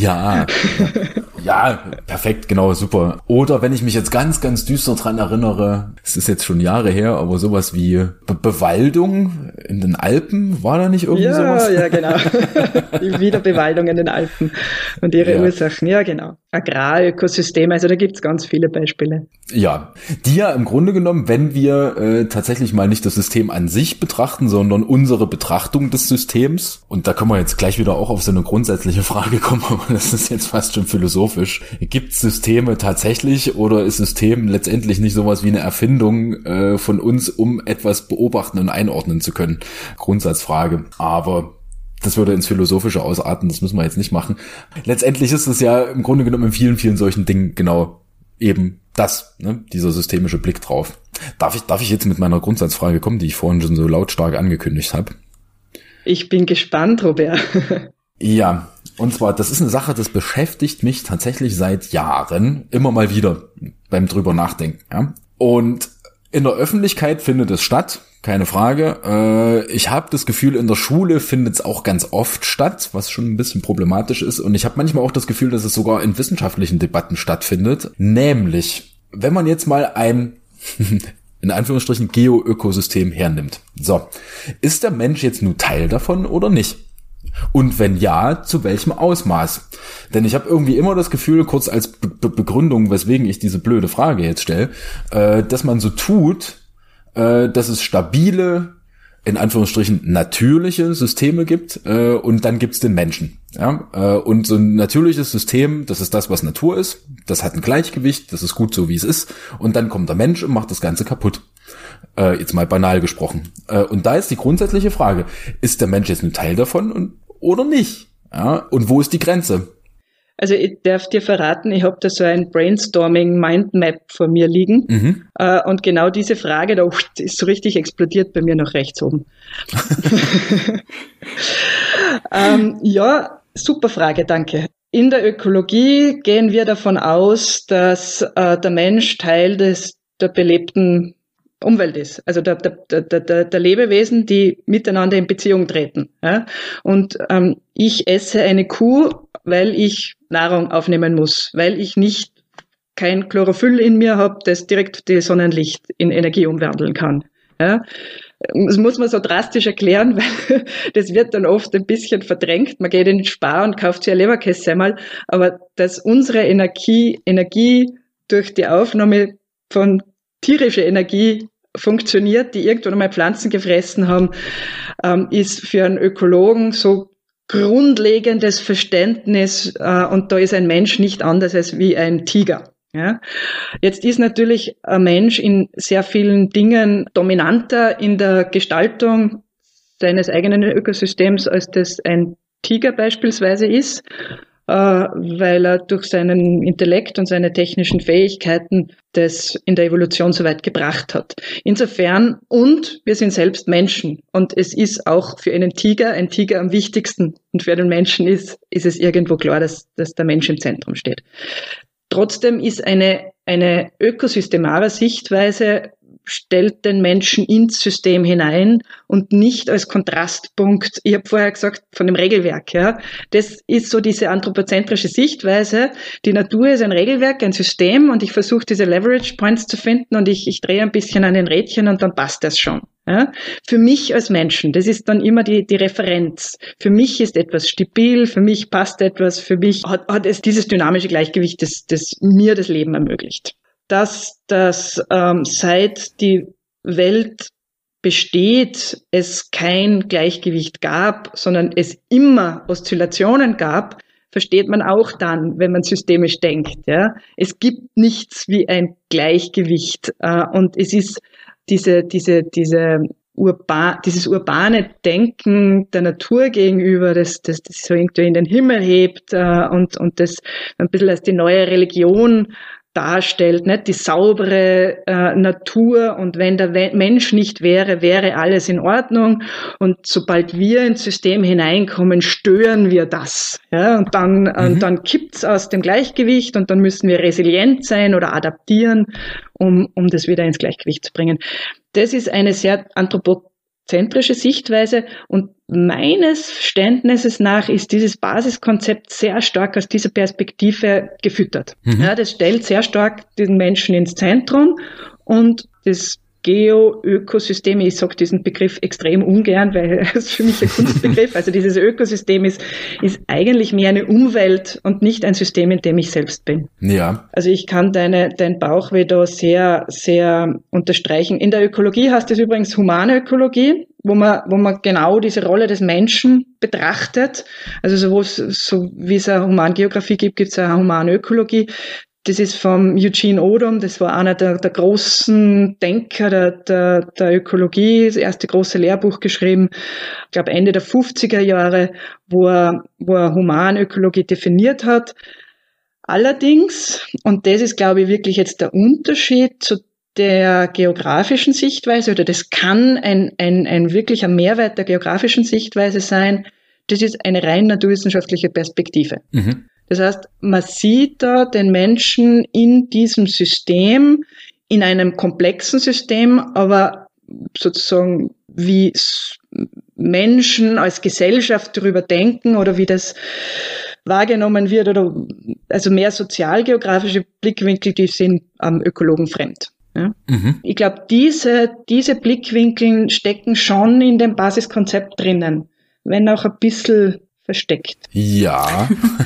Ja, perfekt, genau, super. Oder wenn ich mich jetzt ganz, ganz düster dran erinnere, es ist jetzt schon Jahre her, aber sowas wie Bewaldung in den Alpen, war da nicht irgendwie sowas? Ja, genau. Die Wiederbewaldung in den Alpen und ihre Ursachen, ja genau. Agrarökosysteme, also da gibt's ganz viele Beispiele. Ja, die ja im Grunde genommen, wenn wir tatsächlich mal nicht das System an sich betrachten, sondern unsere Betrachtung des Systems, und da können wir jetzt gleich wieder auch auf so eine grundsätzliche Frage kommen, aber das ist jetzt fast schon philosophisch. Gibt es Systeme tatsächlich oder ist System letztendlich nicht sowas wie eine Erfindung von uns, um etwas beobachten und einordnen zu können? Grundsatzfrage, aber das würde ins Philosophische ausarten, das müssen wir jetzt nicht machen. Letztendlich ist es ja im Grunde genommen in vielen, vielen solchen Dingen genau eben das, ne? Dieser systemische Blick drauf. Darf ich jetzt mit meiner Grundsatzfrage kommen, die ich vorhin schon so lautstark angekündigt habe? Ich bin gespannt, Robert. Ja, und zwar, das ist eine Sache, das beschäftigt mich tatsächlich seit Jahren immer mal wieder beim drüber nachdenken. Ja? Und in der Öffentlichkeit findet es statt, keine Frage. Ich habe das Gefühl, in der Schule findet es auch ganz oft statt, was schon ein bisschen problematisch ist. Und ich habe manchmal auch das Gefühl, dass es sogar in wissenschaftlichen Debatten stattfindet. Nämlich, wenn man jetzt mal ein in Anführungsstrichen Geoökosystem hernimmt. So, ist der Mensch jetzt nur Teil davon oder nicht? Und wenn ja, zu welchem Ausmaß? Denn ich habe irgendwie immer das Gefühl, kurz als Begründung, weswegen ich diese blöde Frage jetzt stelle, dass man so tut, dass es stabile, in Anführungsstrichen natürliche Systeme gibt, und dann gibt's den Menschen. Ja? Und so ein natürliches System, das ist das, was Natur ist, das hat ein Gleichgewicht, das ist gut so, wie es ist, und dann kommt der Mensch und macht das Ganze kaputt. Jetzt mal banal gesprochen. Und da ist die grundsätzliche Frage, ist der Mensch jetzt ein Teil davon oder nicht? Ja? Und wo ist die Grenze? Also ich darf dir verraten, ich habe da so ein Brainstorming-Mindmap vor mir liegen. Und genau diese Frage, da ist so richtig explodiert bei mir nach rechts oben. Ja, super Frage, danke. In der Ökologie gehen wir davon aus, dass der Mensch Teil der belebten Umwelt ist, also der Lebewesen, die miteinander in Beziehung treten. Ja? Und ich esse eine Kuh, weil ich Nahrung aufnehmen muss, weil ich nicht kein Chlorophyll in mir habe, das direkt das Sonnenlicht in Energie umwandeln kann. Ja? Das muss man so drastisch erklären, weil das wird dann oft ein bisschen verdrängt. Man geht in den Spar und kauft sich ein Leberkässemmel, aber dass unsere Energie durch die Aufnahme von tierische Energie funktioniert, die irgendwann einmal Pflanzen gefressen haben, ist für einen Ökologen so grundlegendes Verständnis, und da ist ein Mensch nicht anders als wie ein Tiger. Ja? Jetzt ist natürlich ein Mensch in sehr vielen Dingen dominanter in der Gestaltung seines eigenen Ökosystems, als das ein Tiger beispielsweise ist, weil er durch seinen Intellekt und seine technischen Fähigkeiten das in der Evolution so weit gebracht hat. Insofern, und wir sind selbst Menschen, und es ist auch für einen Tiger ein Tiger am wichtigsten, und für den Menschen ist es irgendwo klar, dass der Mensch im Zentrum steht. Trotzdem ist eine ökosystemare Sichtweise stellt den Menschen ins System hinein und nicht als Kontrastpunkt. Ich habe vorher gesagt, von dem Regelwerk. Ja, das ist so diese anthropozentrische Sichtweise. Die Natur ist ein Regelwerk, ein System, und ich versuche diese Leverage Points zu finden, und ich drehe ein bisschen an den Rädchen und dann passt das schon. Ja, für mich als Menschen, das ist dann immer die Referenz. Für mich ist etwas stabil, für mich passt etwas, für mich hat es dieses dynamische Gleichgewicht, das mir das Leben ermöglicht. Dass seit die Welt besteht, es kein Gleichgewicht gab, sondern es immer Oszillationen gab, versteht man auch dann, wenn man systemisch denkt. Ja, es gibt nichts wie ein Gleichgewicht, und es ist dieses urbane Denken der Natur gegenüber, das so irgendwie in den Himmel hebt, und das ein bisschen als die neue Religion darstellt, nicht? Die saubere Natur, und wenn der Mensch nicht wäre, wäre alles in Ordnung, und sobald wir ins System hineinkommen, stören wir das, ja? Und dann kippt's aus dem Gleichgewicht, und dann müssen wir resilient sein oder adaptieren, um das wieder ins Gleichgewicht zu bringen. Das ist eine sehr anthropozentrische Sichtweise, und meines Verständnisses nach ist dieses Basiskonzept sehr stark aus dieser Perspektive gefüttert. Ja, das stellt sehr stark den Menschen ins Zentrum, und das Geo-Ökosystem, ich sage diesen Begriff extrem ungern, weil es für mich ein Kunstbegriff, also dieses Ökosystem ist eigentlich mehr eine Umwelt und nicht ein System, in dem ich selbst bin. Ja. Also ich kann dein Bauchweh da sehr, sehr unterstreichen. In der Ökologie heißt es übrigens humane Ökologie, wo man genau diese Rolle des Menschen betrachtet. Also so wie es eine Humangeografie gibt es eine humane Ökologie. Das ist vom Eugene Odom, das war einer der großen Denker der Ökologie, das erste große Lehrbuch geschrieben, ich glaube Ende der 50er Jahre, wo er Humanökologie definiert hat. Allerdings, und das ist, glaube ich, wirklich jetzt der Unterschied zu der geografischen Sichtweise, oder das kann ein wirklicher Mehrwert der geografischen Sichtweise sein, das ist eine rein naturwissenschaftliche Perspektive. Mhm. Das heißt, man sieht da den Menschen in diesem System, in einem komplexen System, aber sozusagen wie Menschen als Gesellschaft darüber denken oder wie das wahrgenommen wird, oder also mehr sozialgeografische Blickwinkel, die sind am Ökologen fremd. Ja? Mhm. Ich glaube, diese Blickwinkel stecken schon in dem Basiskonzept drinnen, wenn auch ein bisschen versteckt. Ja.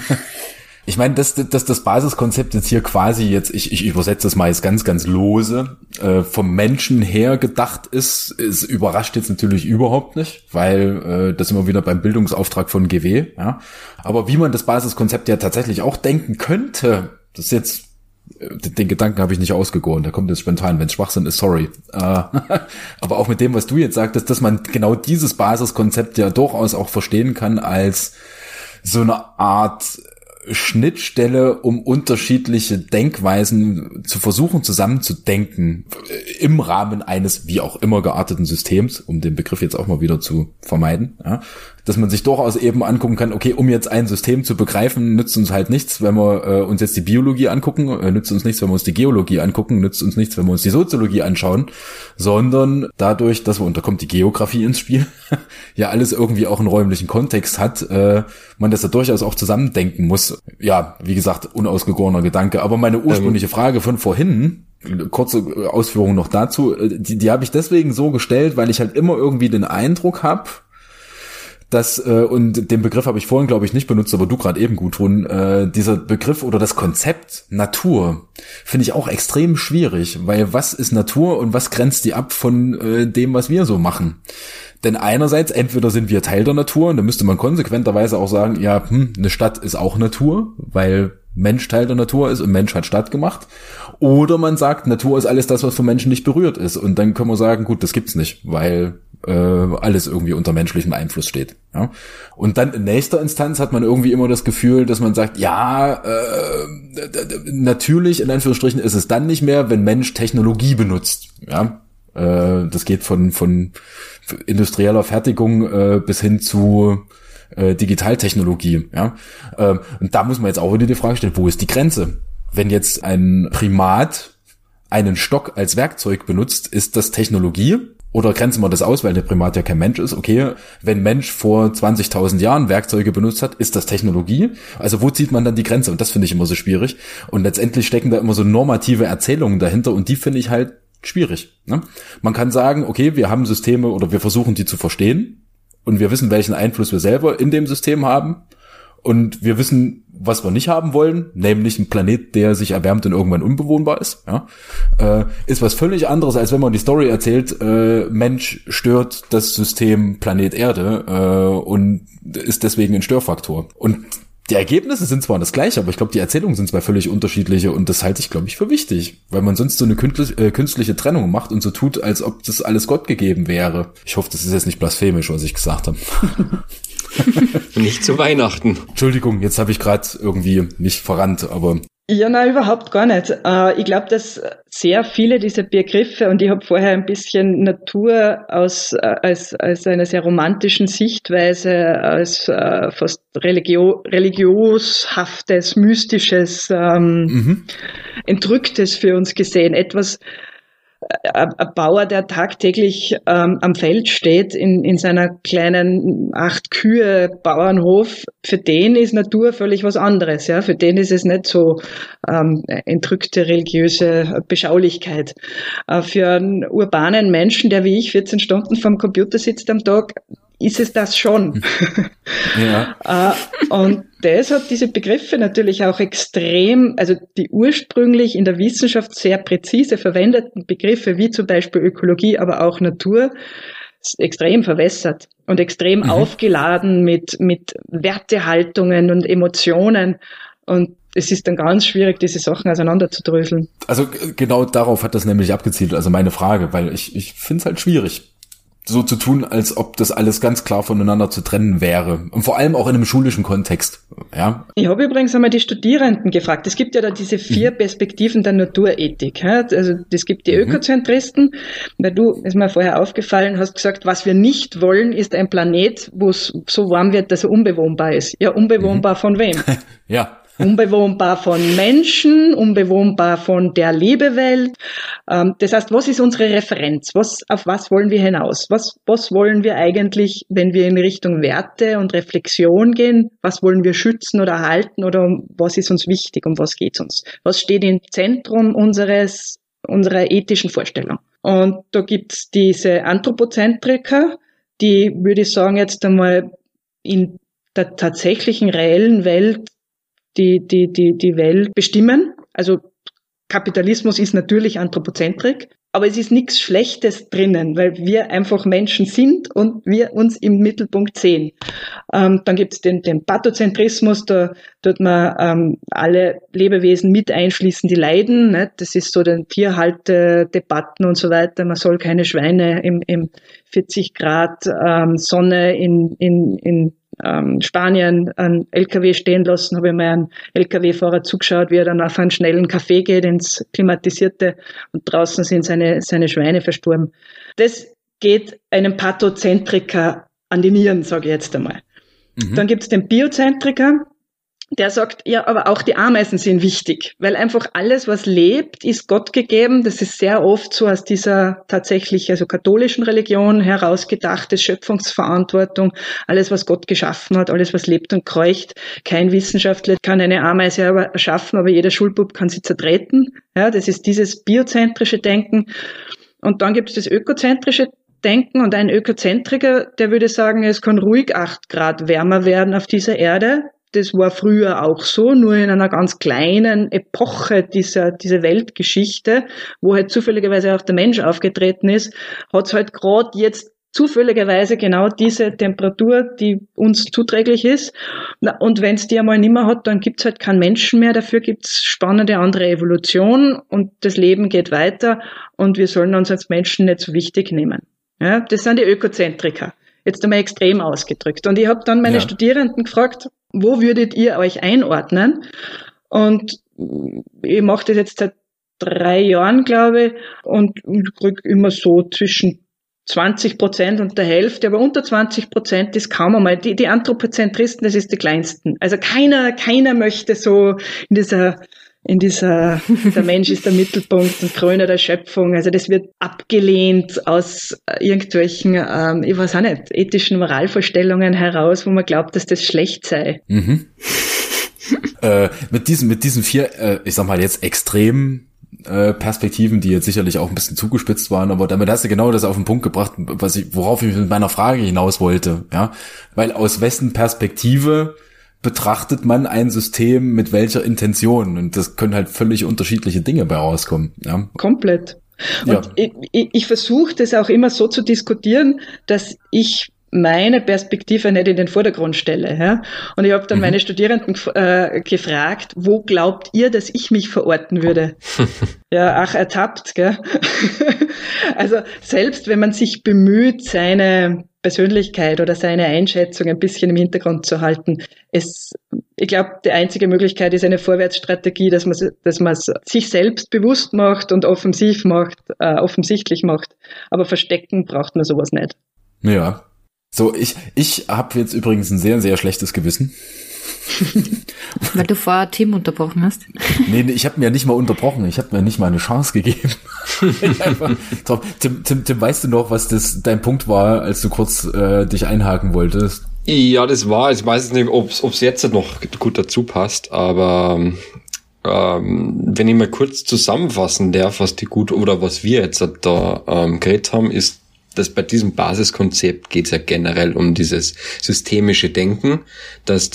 Ich meine, dass das Basiskonzept jetzt hier quasi jetzt, ich übersetze das mal jetzt ganz, ganz lose, vom Menschen her gedacht ist überrascht jetzt natürlich überhaupt nicht, weil das immer wieder beim Bildungsauftrag von GW, ja. Aber wie man das Basiskonzept ja tatsächlich auch denken könnte, das ist jetzt, den Gedanken habe ich nicht ausgegoren, der kommt jetzt spontan, wenn es Schwachsinn ist, sorry. Aber auch mit dem, was du jetzt sagtest, dass man genau dieses Basiskonzept ja durchaus auch verstehen kann als so eine Art Schnittstelle, um unterschiedliche Denkweisen zu versuchen zusammenzudenken im Rahmen eines wie auch immer gearteten Systems, um den Begriff jetzt auch mal wieder zu vermeiden, ja, dass man sich durchaus eben angucken kann, okay, um jetzt ein System zu begreifen, nützt uns halt nichts, wenn wir uns jetzt die Biologie angucken, nützt uns nichts, wenn wir uns die Geologie angucken, nützt uns nichts, wenn wir uns die Soziologie anschauen, sondern dadurch, dass wir, und da kommt die Geografie ins Spiel, ja alles irgendwie auch einen räumlichen Kontext hat, man das da durchaus auch zusammendenken muss. Ja, wie gesagt, unausgegorener Gedanke, aber meine ursprüngliche Frage von vorhin, kurze Ausführung noch dazu, die habe ich deswegen so gestellt, weil ich halt immer irgendwie den Eindruck habe, dass, und den Begriff habe ich vorhin, glaube ich, nicht benutzt, aber du gerade eben, Gudrun, dieser Begriff oder das Konzept Natur finde ich auch extrem schwierig, weil was ist Natur und was grenzt die ab von dem, was wir so machen? Denn einerseits, entweder sind wir Teil der Natur, und da müsste man konsequenterweise auch sagen, ja, eine Stadt ist auch Natur, weil Mensch Teil der Natur ist und Mensch hat Stadt gemacht. Oder man sagt, Natur ist alles das, was vom Menschen nicht berührt ist. Und dann können wir sagen, gut, das gibt's nicht, weil alles irgendwie unter menschlichem Einfluss steht. Ja? Und dann in nächster Instanz hat man irgendwie immer das Gefühl, dass man sagt, ja, natürlich, in Anführungsstrichen, ist es dann nicht mehr, wenn Mensch Technologie benutzt. Ja, das geht von industrieller Fertigung bis hin zu Digitaltechnologie. Ja, und da muss man jetzt auch wieder die Frage stellen, wo ist die Grenze? Wenn jetzt ein Primat einen Stock als Werkzeug benutzt, ist das Technologie? Oder grenzen wir das aus, weil der Primat ja kein Mensch ist? Okay, wenn Mensch vor 20.000 Jahren Werkzeuge benutzt hat, ist das Technologie? Also wo zieht man dann die Grenze? Und das finde ich immer so schwierig. Und letztendlich stecken da immer so normative Erzählungen dahinter, und die finde ich halt schwierig. Ne? Man kann sagen, okay, wir haben Systeme oder wir versuchen die zu verstehen, und wir wissen, welchen Einfluss wir selber in dem System haben, und wir wissen, was wir nicht haben wollen, nämlich ein Planet, der sich erwärmt und irgendwann unbewohnbar ist. Ja? Ist was völlig anderes, als wenn man die Story erzählt, Mensch stört das System Planet Erde und ist deswegen ein Störfaktor. Und die Ergebnisse sind zwar das gleiche, aber ich glaube, die Erzählungen sind zwei völlig unterschiedliche, und das halte ich, glaube ich, für wichtig, weil man sonst so eine künstliche Trennung macht und so tut, als ob das alles Gott gegeben wäre. Ich hoffe, das ist jetzt nicht blasphemisch, was ich gesagt habe. Nicht zu Weihnachten. Entschuldigung, jetzt habe ich gerade irgendwie mich verrannt, aber Ja, nein, überhaupt gar nicht. Ich glaube, dass sehr viele dieser Begriffe, und ich habe vorher ein bisschen Natur als einer sehr romantischen Sichtweise, als fast religioshaftes, mystisches, Entrücktes für uns gesehen. Etwas, ein Bauer, der tagtäglich am Feld steht, in seiner kleinen 8-Kühe-Bauernhof, für den ist Natur völlig was anderes. Ja? Für den ist es nicht so entrückte religiöse Beschaulichkeit. Für einen urbanen Menschen, der wie ich 14 Stunden vorm Computer sitzt am Tag, ist es das schon. Ja. Und das hat diese Begriffe natürlich auch extrem, also die ursprünglich in der Wissenschaft sehr präzise verwendeten Begriffe, wie zum Beispiel Ökologie, aber auch Natur, extrem verwässert und extrem aufgeladen mit Wertehaltungen und Emotionen. Und es ist dann ganz schwierig, diese Sachen auseinanderzudröseln. Also genau darauf hat das nämlich abgezielt, also meine Frage, weil ich finde es halt schwierig, so zu tun, als ob das alles ganz klar voneinander zu trennen wäre. Und vor allem auch in einem schulischen Kontext. Ja. Ich habe übrigens einmal die Studierenden gefragt. Es gibt ja da diese 4 Perspektiven der Naturethik. Also es gibt die Ökozentristen, weil du, ist mir vorher aufgefallen, hast gesagt, was wir nicht wollen, ist ein Planet, wo es so warm wird, dass er unbewohnbar ist. Ja, unbewohnbar von wem? Ja. Unbewohnbar von Menschen, unbewohnbar von der Lebewelt. Das heißt, was ist unsere Referenz? Auf was wollen wir hinaus? Was wollen wir eigentlich, wenn wir in Richtung Werte und Reflexion gehen? Was wollen wir schützen oder erhalten oder was ist uns wichtig? Um was geht's uns? Was steht im Zentrum unserer ethischen Vorstellung? Und da gibt's diese Anthropozentriker, die, würde ich sagen, jetzt einmal in der tatsächlichen reellen Welt die Welt bestimmen. Also Kapitalismus ist natürlich Anthropozentrik, aber es ist nichts Schlechtes drinnen, weil wir einfach Menschen sind und wir uns im Mittelpunkt sehen. Dann gibt's den Pathozentrismus, da tut man alle Lebewesen mit einschließen, die leiden. Ne? Das ist so den Tierhaltedebatten und so weiter. Man soll keine Schweine im 40 Grad Sonne in Spanien einen LKW stehen lassen, habe ich mal einen LKW-Fahrer zugeschaut, wie er dann auf einen schnellen Café geht, ins Klimatisierte, und draußen sind seine Schweine verstorben. Das geht einem Pathozentriker an die Nieren, sage ich jetzt einmal. Dann gibt's den Biozentriker, der sagt, ja, aber auch die Ameisen sind wichtig, weil einfach alles, was lebt, ist Gott gegeben. Das ist sehr oft so aus dieser tatsächlich, also katholischen Religion herausgedachte Schöpfungsverantwortung. Alles, was Gott geschaffen hat, alles, was lebt und kreucht. Kein Wissenschaftler kann eine Ameise erschaffen, aber jeder Schulbub kann sie zertreten. Ja, das ist dieses biozentrische Denken. Und dann gibt es das ökozentrische Denken, und ein Ökozentriker, der würde sagen, es kann ruhig 8 Grad wärmer werden auf dieser Erde. Das war früher auch so, nur in einer ganz kleinen Epoche dieser Weltgeschichte, wo halt zufälligerweise auch der Mensch aufgetreten ist, hat es halt gerade jetzt zufälligerweise genau diese Temperatur, die uns zuträglich ist. Und wenn es die einmal nicht mehr hat, dann gibt's halt keinen Menschen mehr. Dafür gibt's spannende andere Evolution und das Leben geht weiter und wir sollen uns als Menschen nicht so wichtig nehmen. Ja, das sind die Ökozentriker. Jetzt einmal extrem ausgedrückt. Und ich habe dann meine Studierenden gefragt, wo würdet ihr euch einordnen? Und ich mache das jetzt seit 3 Jahren, glaube ich, und kriege immer so zwischen 20% und der Hälfte, aber unter 20% ist kaum einmal. Die Anthropozentristen, das ist die kleinsten. Also keiner möchte so in dieser, der Mensch ist der Mittelpunkt und Krone der Schöpfung. Also das wird abgelehnt aus irgendwelchen, ich weiß auch nicht, ethischen Moralvorstellungen heraus, wo man glaubt, dass das schlecht sei. Mit diesen 4, ich sag mal jetzt extremen Perspektiven, die jetzt sicherlich auch ein bisschen zugespitzt waren, aber damit hast du genau das auf den Punkt gebracht, worauf ich mit meiner Frage hinaus wollte, ja, weil aus wessen Perspektive betrachtet man ein System mit welcher Intention, und das können halt völlig unterschiedliche Dinge bei rauskommen, ja. Komplett. Und ich versuche das auch immer so zu diskutieren, dass ich meine Perspektive nicht in den Vordergrund stelle. Ja? Und ich habe dann meine Studierenden gefragt, wo glaubt ihr, dass ich mich verorten würde? Ja, ach, ertappt, gell? Also selbst wenn man sich bemüht, seine Persönlichkeit oder seine Einschätzung ein bisschen im Hintergrund zu halten. Ich glaube, die einzige Möglichkeit ist eine Vorwärtsstrategie, dass man es sich selbst bewusst macht und offensichtlich macht. Aber verstecken braucht man sowas nicht. Ja. So, ich habe jetzt übrigens ein sehr, sehr schlechtes Gewissen. Weil du vorher Tim unterbrochen hast? Nee, ich habe mir nicht mal unterbrochen. Ich habe mir nicht mal eine Chance gegeben. Tim, weißt du noch, was dein Punkt war, als du kurz dich einhaken wolltest? Ja, das war, ich weiß nicht, ob's jetzt noch gut dazu passt, aber wenn ich mal kurz zusammenfassen darf, was wir jetzt da geredet haben, ist, dass bei diesem Basiskonzept geht es ja generell um dieses systemische Denken, dass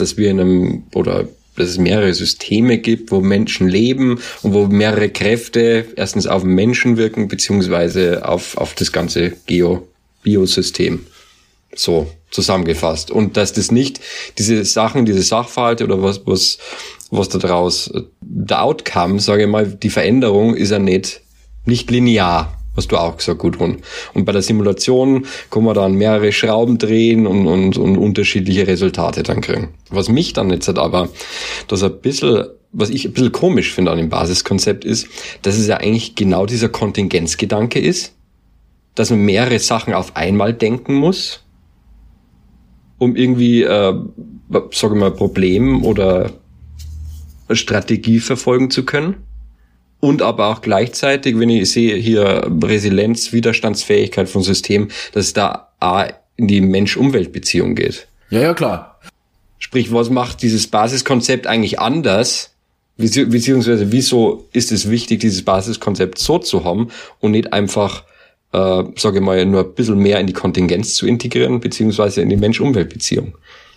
es mehrere Systeme gibt, wo Menschen leben und wo mehrere Kräfte erstens auf den Menschen wirken, beziehungsweise auf das ganze Biosystem. So zusammengefasst. Und dass das nicht diese Sachverhalte oder was da draus, der Outcome, sage ich mal, die Veränderung ist ja nicht linear. Hast du auch gesagt, Gudrun. Und bei der Simulation kann man dann mehrere Schrauben drehen und unterschiedliche Resultate dann kriegen. Was mich dann jetzt aber, was ich ein bisschen komisch finde an dem Basiskonzept ist, dass es ja eigentlich genau dieser Kontingenzgedanke ist, dass man mehrere Sachen auf einmal denken muss, um irgendwie, sage ich mal, Problem oder Strategie verfolgen zu können. Und aber auch gleichzeitig, wenn ich sehe hier Resilienz, Widerstandsfähigkeit von System, dass es da in die Mensch-Umwelt-Beziehung geht. Ja, klar. Sprich, was macht dieses Basiskonzept eigentlich anders? Beziehungsweise wieso ist es wichtig, dieses Basiskonzept so zu haben und nicht einfach, sage ich mal, nur ein bisschen mehr in die Kontingenz zu integrieren, beziehungsweise in die Mensch-Umwelt-Beziehung?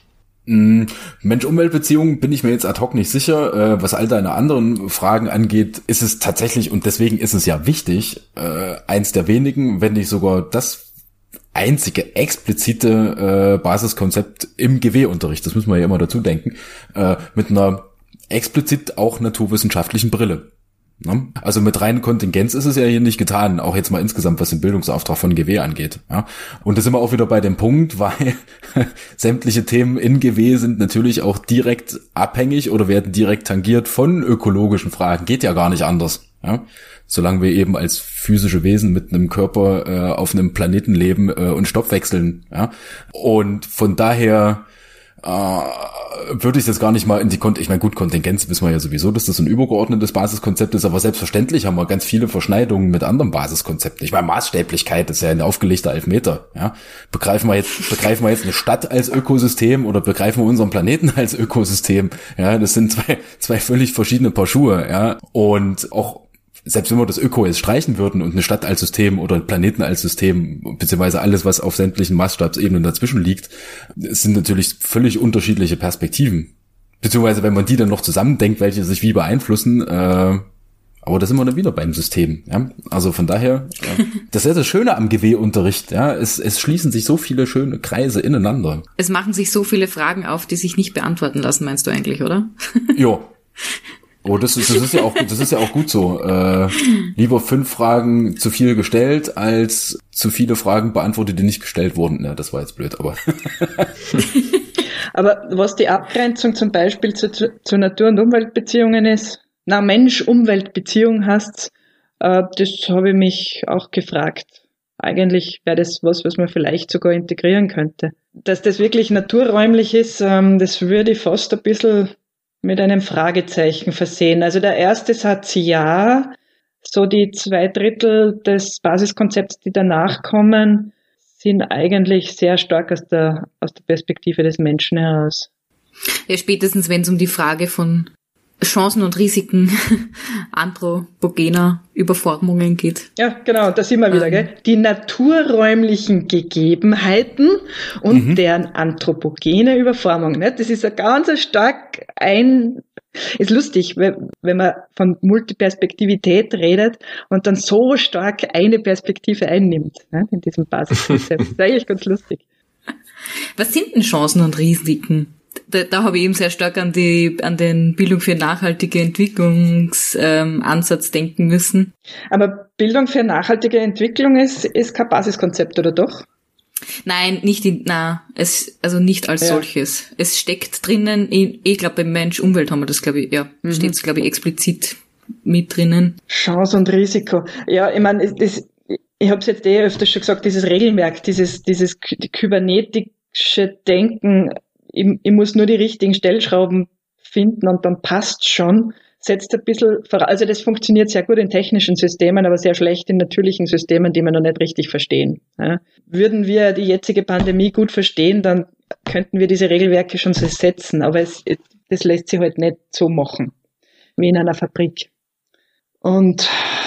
Mensch-Umwelt-Beziehung bin ich mir jetzt ad hoc nicht sicher. Was all deine anderen Fragen angeht, ist es tatsächlich, und deswegen ist es ja wichtig, eins der wenigen, wenn nicht sogar das einzige explizite Basiskonzept im GW-Unterricht, das müssen wir ja immer dazu denken, mit einer explizit auch naturwissenschaftlichen Brille. Also mit reinen Kontingenz ist es ja hier nicht getan, auch jetzt mal insgesamt, was den Bildungsauftrag von GW angeht. Ja. Und da sind wir auch wieder bei dem Punkt, weil sämtliche Themen in GW sind natürlich auch direkt abhängig oder werden direkt tangiert von ökologischen Fragen. Geht ja gar nicht anders. Ja. Solange wir eben als physische Wesen mit einem Körper auf einem Planeten leben und Stoffwechseln. Ja. Und von daher würde ich jetzt gar nicht mal in die Kontingenz wissen wir ja sowieso, dass das ein übergeordnetes Basiskonzept ist, aber selbstverständlich haben wir ganz viele Verschneidungen mit anderen Basiskonzepten. Ich meine, Maßstäblichkeit ist ja ein aufgelegter Elfmeter, ja. Begreifen wir jetzt eine Stadt als Ökosystem oder begreifen wir unseren Planeten als Ökosystem? Ja, das sind zwei völlig verschiedene Paar Schuhe, ja. Und auch selbst wenn wir das Öko jetzt streichen würden und eine Stadt als System oder einen Planeten als System, beziehungsweise alles, was auf sämtlichen Maßstabsebenen dazwischen liegt, sind natürlich völlig unterschiedliche Perspektiven. Beziehungsweise wenn man die dann noch zusammendenkt, welche sich wie beeinflussen, aber da sind wir dann wieder beim System. Ja? Also von daher, das ist das Schöne am GW-Unterricht. Ja? Es schließen sich so viele schöne Kreise ineinander. Es machen sich so viele Fragen auf, die sich nicht beantworten lassen, meinst du eigentlich, oder? Ja. Oh, das ist ja auch gut so. Lieber 5 Fragen zu viel gestellt, als zu viele Fragen beantwortet, die nicht gestellt wurden. Ja, das war jetzt blöd, aber. Aber was die Abgrenzung zum Beispiel zu Natur- und Umweltbeziehungen ist, Mensch-Umwelt-Beziehung heißt, das habe ich mich auch gefragt. Eigentlich wäre das was man vielleicht sogar integrieren könnte. Dass das wirklich naturräumlich ist, das würde ich fast ein bisschen mit einem Fragezeichen versehen. Also der erste Satz ja, so die 2/3 des Basiskonzepts, die danach kommen, sind eigentlich sehr stark aus der Perspektive des Menschen heraus. Ja, spätestens wenn es um die Frage von Chancen und Risiken anthropogener Überformungen geht. Ja, genau, da sind wir wieder, gell? Die naturräumlichen Gegebenheiten und deren anthropogene Überformung. Ne? Das ist ja ganz stark ist lustig, wenn man von Multiperspektivität redet und dann so stark eine Perspektive einnimmt, ne? In diesem Basiskonzept. Das ist eigentlich ganz lustig. Was sind denn Chancen und Risiken? Da habe ich eben sehr stark an den Bildung für nachhaltige Entwicklungsansatz denken müssen. Aber Bildung für nachhaltige Entwicklung ist kein Basiskonzept, oder doch? Nein, nicht als solches. Es steckt drinnen, ich glaube beim Mensch-Umwelt haben wir das, glaube ich, steht es, glaube ich, explizit mit drinnen. Chance und Risiko. Ja, ich meine, ich habe es jetzt öfters schon gesagt, dieses Regelwerk, dieses kybernetische Denken, ich muss nur die richtigen Stellschrauben finden und dann passt schon, setzt ein bisschen voraus. Also das funktioniert sehr gut in technischen Systemen, aber sehr schlecht in natürlichen Systemen, die wir noch nicht richtig verstehen. Ja. Würden wir die jetzige Pandemie gut verstehen, dann könnten wir diese Regelwerke schon so setzen, aber das lässt sich halt nicht so machen, wie in einer Fabrik. Und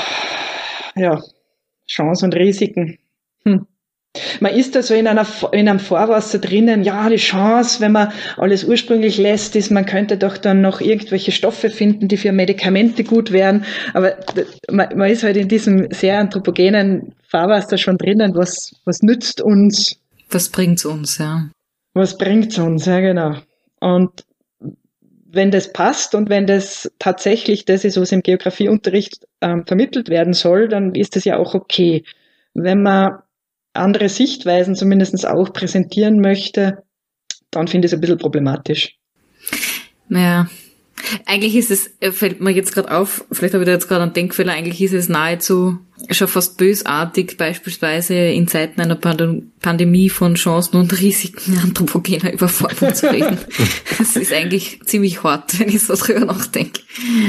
ja, Chancen und Risiken. Man ist da so in einem Fahrwasser drinnen, ja, die Chance, wenn man alles ursprünglich lässt, ist, man könnte doch dann noch irgendwelche Stoffe finden, die für Medikamente gut wären, aber man ist halt in diesem sehr anthropogenen Fahrwasser schon drinnen, was nützt uns? Was bringt's uns, ja. Was bringt's uns, ja, genau. Und wenn das passt und wenn das tatsächlich das ist, was im Geografieunterricht vermittelt werden soll, dann ist das ja auch okay. Wenn man andere Sichtweisen zumindest auch präsentieren möchte, dann finde ich es ein bisschen problematisch. Naja, eigentlich ist es, fällt mir jetzt gerade auf, vielleicht habe ich da jetzt gerade einen Denkfehler, eigentlich ist es nahezu schon fast bösartig, beispielsweise in Zeiten einer Pandemie von Chancen und Risiken anthropogener Überforderung zu reden. Das ist eigentlich ziemlich hart, wenn ich so drüber nachdenke.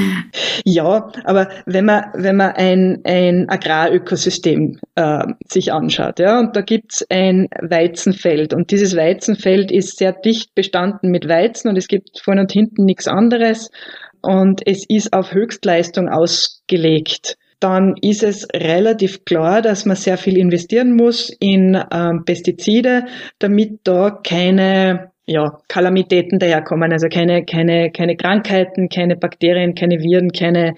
Ja, aber wenn man ein Agrarökosystem sich anschaut, ja, und da gibt's ein Weizenfeld und dieses Weizenfeld ist sehr dicht bestanden mit Weizen und es gibt vorne und hinten nichts anderes und es ist auf Höchstleistung ausgelegt. Dann ist es relativ klar, dass man sehr viel investieren muss in Pestizide, damit da keine Kalamitäten daherkommen, also keine Krankheiten, keine Bakterien, keine Viren, keine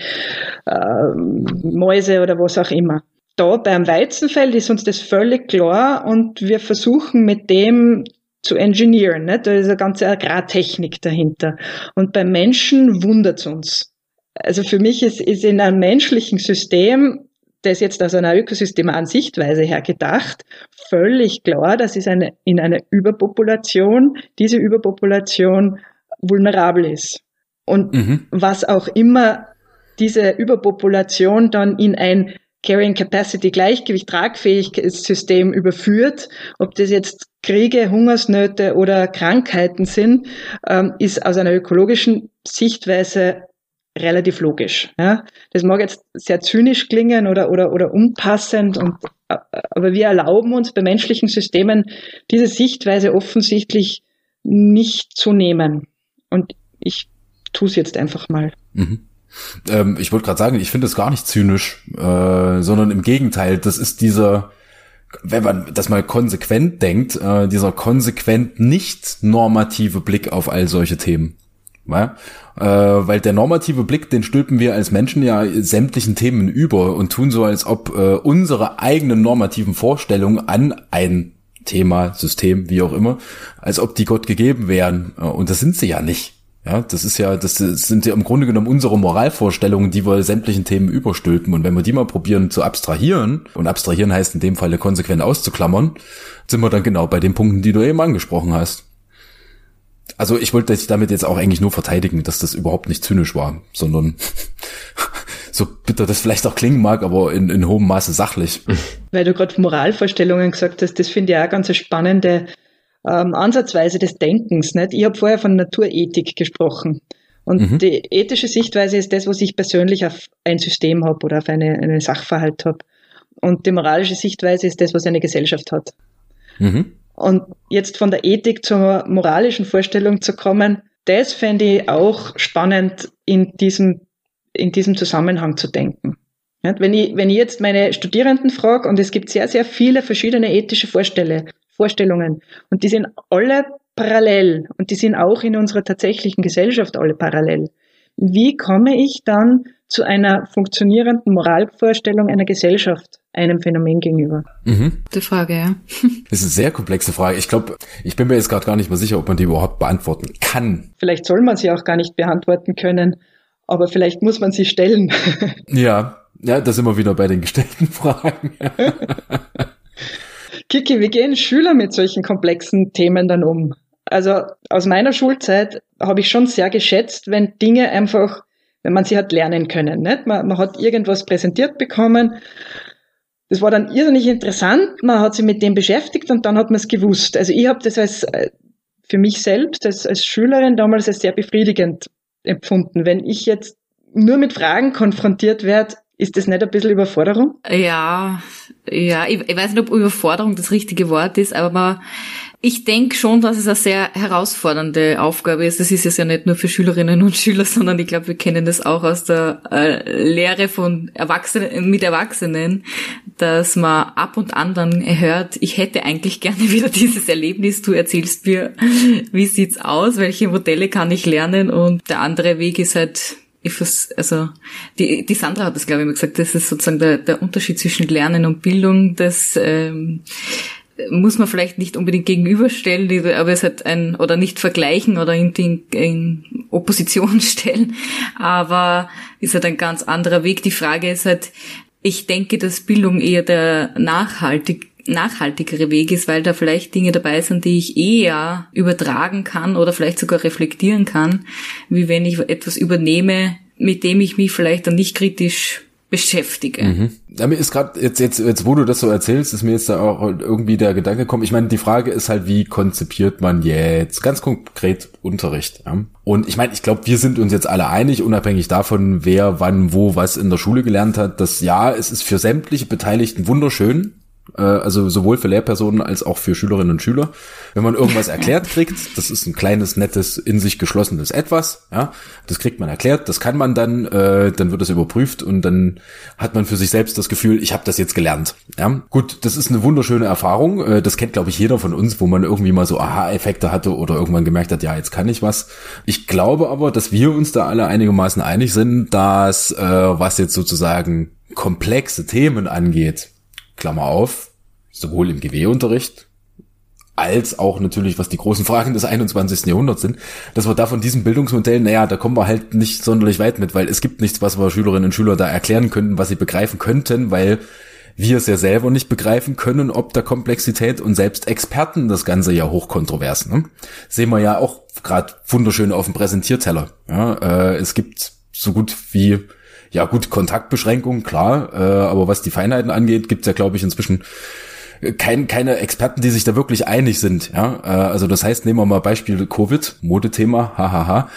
Mäuse oder was auch immer. Da beim Weizenfeld ist uns das völlig klar und wir versuchen mit dem zu engineeren, ne? Da ist eine ganze Agrartechnik dahinter. Und beim Menschen wundert's uns. Also für mich ist in einem menschlichen System, das jetzt aus einer ökosystemen Sichtweise her gedacht, völlig klar, dass es in einer Überpopulation, diese Überpopulation vulnerabel ist. Und was auch immer diese Überpopulation dann in ein Carrying Capacity Gleichgewicht, tragfähiges System überführt, ob das jetzt Kriege, Hungersnöte oder Krankheiten sind, ist aus einer ökologischen Sichtweise relativ logisch. Ja. Das mag jetzt sehr zynisch klingen oder unpassend, aber wir erlauben uns bei menschlichen Systemen diese Sichtweise offensichtlich nicht zu nehmen. Und ich tue es jetzt einfach mal. Ich wollte gerade sagen, ich finde es gar nicht zynisch, sondern im Gegenteil, das ist dieser, wenn man das mal konsequent denkt, dieser konsequent nicht normative Blick auf all solche Themen. Ja? Weil der normative Blick, den stülpen wir als Menschen ja sämtlichen Themen über und tun so, als ob unsere eigenen normativen Vorstellungen an ein Thema, System, wie auch immer, als ob die Gott gegeben wären. Und das sind sie ja nicht. Ja, das sind ja im Grunde genommen unsere Moralvorstellungen, die wir sämtlichen Themen überstülpen. Und wenn wir die mal probieren zu abstrahieren, und abstrahieren heißt in dem Fall konsequent auszuklammern, sind wir dann genau bei den Punkten, die du eben angesprochen hast. Also ich wollte dich damit jetzt auch eigentlich nur verteidigen, dass das überhaupt nicht zynisch war, sondern so bitter das vielleicht auch klingen mag, aber in hohem Maße sachlich. Weil du gerade Moralvorstellungen gesagt hast, das finde ich auch ganz eine spannende Ansatzweise des Denkens. Nicht? Ich habe vorher von Naturethik gesprochen. Und die ethische Sichtweise ist das, was ich persönlich auf ein System habe oder auf eine Sachverhalt habe. Und die moralische Sichtweise ist das, was eine Gesellschaft hat. Und jetzt von der Ethik zur moralischen Vorstellung zu kommen, das fände ich auch spannend in diesem Zusammenhang zu denken. Ja, wenn ich jetzt meine Studierenden frage, und es gibt sehr, sehr viele verschiedene ethische Vorstellungen, und die sind alle parallel, und die sind auch in unserer tatsächlichen Gesellschaft alle parallel. Wie komme ich dann zu einer funktionierenden Moralvorstellung einer Gesellschaft, einem Phänomen gegenüber? Die Frage, ja. Das ist eine sehr komplexe Frage. Ich glaube, ich bin mir jetzt gerade gar nicht mehr sicher, ob man die überhaupt beantworten kann. Vielleicht soll man sie auch gar nicht beantworten können, aber vielleicht muss man sie stellen. Ja, da sind wir wieder bei den gestellten Fragen. Kiki, wie gehen Schüler mit solchen komplexen Themen dann um? Also aus meiner Schulzeit habe ich schon sehr geschätzt, wenn Dinge einfach, wenn man sie hat lernen können. Nicht? Man hat irgendwas präsentiert bekommen. Das war dann irrsinnig interessant. Man hat sich mit dem beschäftigt und dann hat man es gewusst. Also ich habe das für mich selbst als Schülerin damals als sehr befriedigend empfunden. Wenn ich jetzt nur mit Fragen konfrontiert werde, ist das nicht ein bisschen Überforderung? Ja, ich weiß nicht, ob Überforderung das richtige Wort ist, aber ich denke schon, dass es eine sehr herausfordernde Aufgabe ist. Das ist ja nicht nur für Schülerinnen und Schüler, sondern ich glaube, wir kennen das auch aus der Lehre von Erwachsenen, dass man ab und an dann hört, ich hätte eigentlich gerne wieder dieses Erlebnis, du erzählst mir, wie sieht's aus, welche Modelle kann ich lernen, und der andere Weg ist halt, die Sandra hat das, glaube ich, immer gesagt, das ist sozusagen der Unterschied zwischen Lernen und Bildung, das muss man vielleicht nicht unbedingt gegenüberstellen, aber es hat oder nicht vergleichen oder in Opposition stellen, aber ist halt ein ganz anderer Weg. Die Frage ist halt, ich denke, dass Bildung eher der nachhaltigere Weg ist, weil da vielleicht Dinge dabei sind, die ich eher übertragen kann oder vielleicht sogar reflektieren kann, wie wenn ich etwas übernehme, mit dem ich mich vielleicht dann nicht kritisch beschäftige. Mhm. Ja, mir ist gerade jetzt, wo du das so erzählst, ist mir jetzt da auch irgendwie der Gedanke gekommen. Ich meine, die Frage ist halt, wie konzipiert man jetzt ganz konkret Unterricht? Ja? Und ich meine, ich glaube, wir sind uns jetzt alle einig, unabhängig davon, wer wann wo was in der Schule gelernt hat, dass ja, es ist für sämtliche Beteiligten wunderschön, also sowohl für Lehrpersonen als auch für Schülerinnen und Schüler, wenn man irgendwas erklärt kriegt. Das ist ein kleines, nettes, in sich geschlossenes Etwas, ja, das kriegt man erklärt, das kann man dann wird das überprüft und dann hat man für sich selbst das Gefühl, ich habe das jetzt gelernt. Ja, gut, das ist eine wunderschöne Erfahrung, das kennt, glaube ich, jeder von uns, wo man irgendwie mal so Aha-Effekte hatte oder irgendwann gemerkt hat, ja, jetzt kann ich was. Ich glaube aber, dass wir uns da alle einigermaßen einig sind, dass was jetzt sozusagen komplexe Themen angeht, Klammer auf, sowohl im GW-Unterricht als auch natürlich, was die großen Fragen des 21. Jahrhunderts sind, dass wir da von diesem Bildungsmodell, da kommen wir halt nicht sonderlich weit mit, weil es gibt nichts, was wir Schülerinnen und Schüler da erklären könnten, was sie begreifen könnten, weil wir es ja selber nicht begreifen können, ob der Komplexität, und selbst Experten das Ganze ja hochkontrovers. Ne? Sehen wir ja auch gerade wunderschön auf dem Präsentierteller. Ja, es gibt so gut wie Kontaktbeschränkungen, klar, aber was die Feinheiten angeht, gibt's ja, glaube ich, inzwischen keine Experten, die sich da wirklich einig sind. Ja, also das heißt, nehmen wir mal Beispiel Covid, Modethema, hahaha.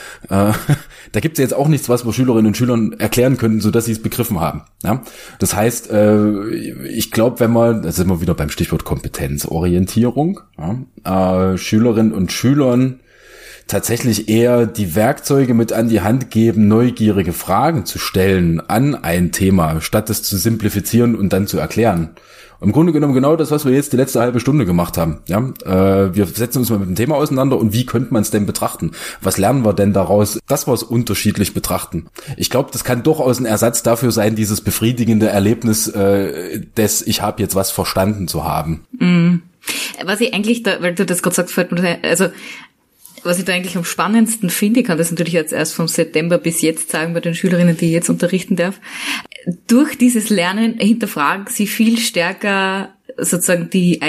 Da gibt's ja jetzt auch nichts, was wir Schülerinnen und Schülern erklären können, so dass sie es begriffen haben. Ja, das heißt, ich glaube, da sind wir wieder beim Stichwort Kompetenzorientierung, ja, Schülerinnen und Schülern tatsächlich eher die Werkzeuge mit an die Hand geben, neugierige Fragen zu stellen an ein Thema, statt es zu simplifizieren und dann zu erklären. Im Grunde genommen genau das, was wir jetzt die letzte halbe Stunde gemacht haben. Ja, wir setzen uns mal mit dem Thema auseinander und wie könnte man es denn betrachten? Was lernen wir denn daraus, dass wir es unterschiedlich betrachten? Ich glaube, das kann durchaus ein Ersatz dafür sein, dieses befriedigende Erlebnis des ich habe jetzt was verstanden zu haben. Mhm. Was ich eigentlich weil du das gerade sagst, was ich da eigentlich am spannendsten finde, ich kann das natürlich jetzt erst vom September bis jetzt sagen bei den Schülerinnen, die ich jetzt unterrichten darf. Durch dieses Lernen hinterfragen sie viel stärker sozusagen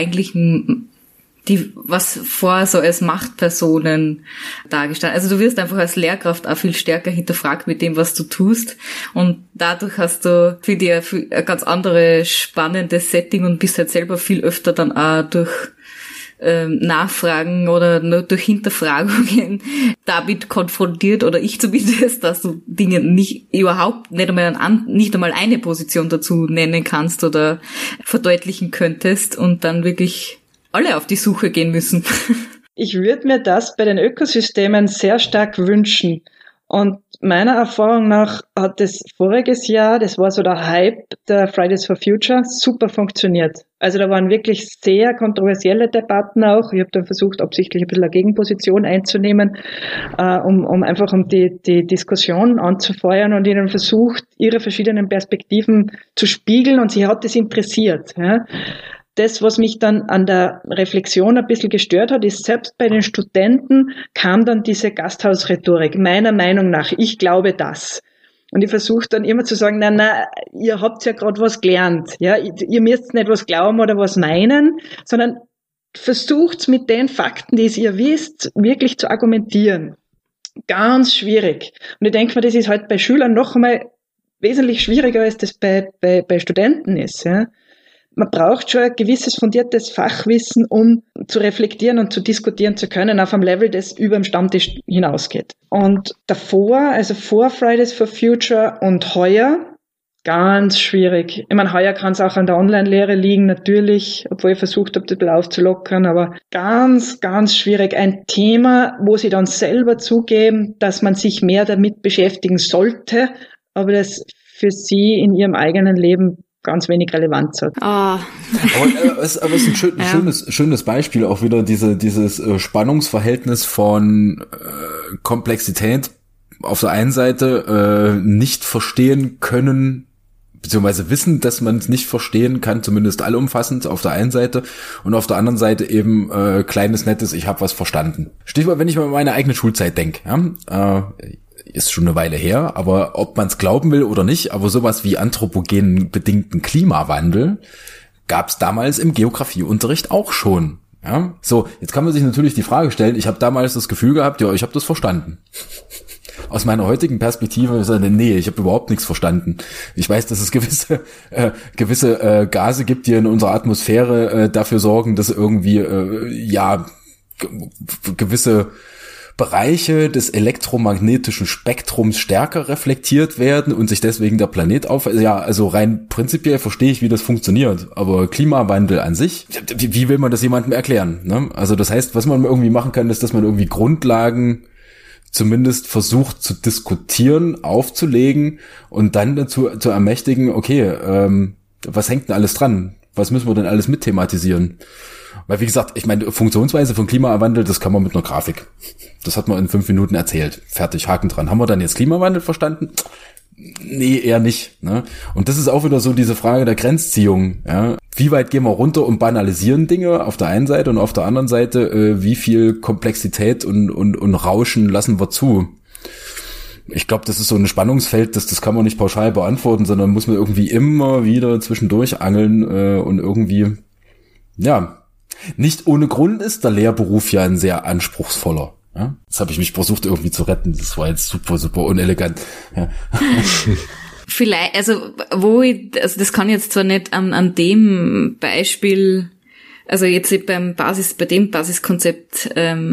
was vorher so als Machtpersonen dargestellt. Also du wirst einfach als Lehrkraft auch viel stärker hinterfragt mit dem, was du tust. Und dadurch hast du, finde ich, ein ganz anderes spannendes Setting und bist halt selber viel öfter dann auch durch Nachfragen oder nur durch Hinterfragungen damit konfrontiert, oder ich zumindest, dass du Dinge nicht einmal eine Position dazu nennen kannst oder verdeutlichen könntest und dann wirklich alle auf die Suche gehen müssen. Ich würde mir das bei den Ökosystemen sehr stark wünschen. Und meiner Erfahrung nach hat das voriges Jahr, das war so der Hype der Fridays for Future, super funktioniert. Also da waren wirklich sehr kontroversielle Debatten auch. Ich habe dann versucht, absichtlich ein bisschen eine Gegenposition einzunehmen, um die Diskussion anzufeuern und ihnen versucht, ihre verschiedenen Perspektiven zu spiegeln, und sie hat das interessiert. Ja. Das, was mich dann an der Reflexion ein bisschen gestört hat, ist, selbst bei den Studenten kam dann diese Gasthausrhetorik. Meiner Meinung nach, ich glaube das. Und ich versuche dann immer zu sagen, nein, ihr habt ja gerade was gelernt. Ja, ihr müsst nicht was glauben oder was meinen, sondern versucht mit den Fakten, die ihr wisst, wirklich zu argumentieren. Ganz schwierig. Und ich denke mir, das ist halt bei Schülern noch einmal wesentlich schwieriger, als das bei Studenten ist. Ja. Man braucht schon ein gewisses fundiertes Fachwissen, um zu reflektieren und zu diskutieren zu können auf einem Level, das über dem Stammtisch hinausgeht. Und davor, also vor Fridays for Future und heuer, ganz schwierig. Ich meine, heuer kann es auch an der Online-Lehre liegen, natürlich, obwohl ich versucht habe, das ein bisschen aufzulockern, aber ganz, ganz schwierig. Ein Thema, wo sie dann selber zugeben, dass man sich mehr damit beschäftigen sollte, aber das für sie in ihrem eigenen Leben ganz wenig Relevanz hat. Aber es ist ein schönes Beispiel, auch wieder dieses Spannungsverhältnis von Komplexität auf der einen Seite, nicht verstehen können, beziehungsweise wissen, dass man es nicht verstehen kann, zumindest allumfassend auf der einen Seite, und auf der anderen Seite eben kleines, nettes, ich habe was verstanden. Stichwort, wenn ich mal an meine eigene Schulzeit denke, ja, ist schon eine Weile her, aber ob man es glauben will oder nicht, aber sowas wie anthropogen bedingten Klimawandel gab es damals im Geografieunterricht auch schon. Ja? So, jetzt kann man sich natürlich die Frage stellen, ich habe damals das Gefühl gehabt, ja, ich habe das verstanden. Aus meiner heutigen Perspektive ist nee, ich habe überhaupt nichts verstanden. Ich weiß, dass es gewisse Gase gibt, die in unserer Atmosphäre dafür sorgen, dass irgendwie gewisse Bereiche des elektromagnetischen Spektrums stärker reflektiert werden und sich deswegen der Planet also rein prinzipiell verstehe ich, wie das funktioniert, aber Klimawandel an sich, wie will man das jemandem erklären, ne? Also das heißt, was man irgendwie machen kann, ist, dass man irgendwie Grundlagen zumindest versucht zu diskutieren, aufzulegen und dann dazu zu ermächtigen, okay, was hängt denn alles dran? Was müssen wir denn alles mitthematisieren? Weil, wie gesagt, ich meine, Funktionsweise von Klimawandel, das kann man mit einer Grafik. Das hat man in 5 Minuten erzählt. Fertig, Haken dran. Haben wir dann jetzt Klimawandel verstanden? Nee, eher nicht. Ne? Und das ist auch wieder so diese Frage der Grenzziehung. Ja? Wie weit gehen wir runter und banalisieren Dinge auf der einen Seite und auf der anderen Seite, wie viel Komplexität und Rauschen lassen wir zu? Ich glaube, das ist so ein Spannungsfeld, das kann man nicht pauschal beantworten, sondern muss man irgendwie immer wieder zwischendurch angeln und irgendwie, ja, nicht ohne Grund ist der Lehrberuf ja ein sehr anspruchsvoller. Ja? Das habe ich mich versucht irgendwie zu retten. Das war jetzt super, super unelegant. Ja. Vielleicht, also das kann jetzt zwar nicht an dem Beispiel, also jetzt bei dem Basiskonzept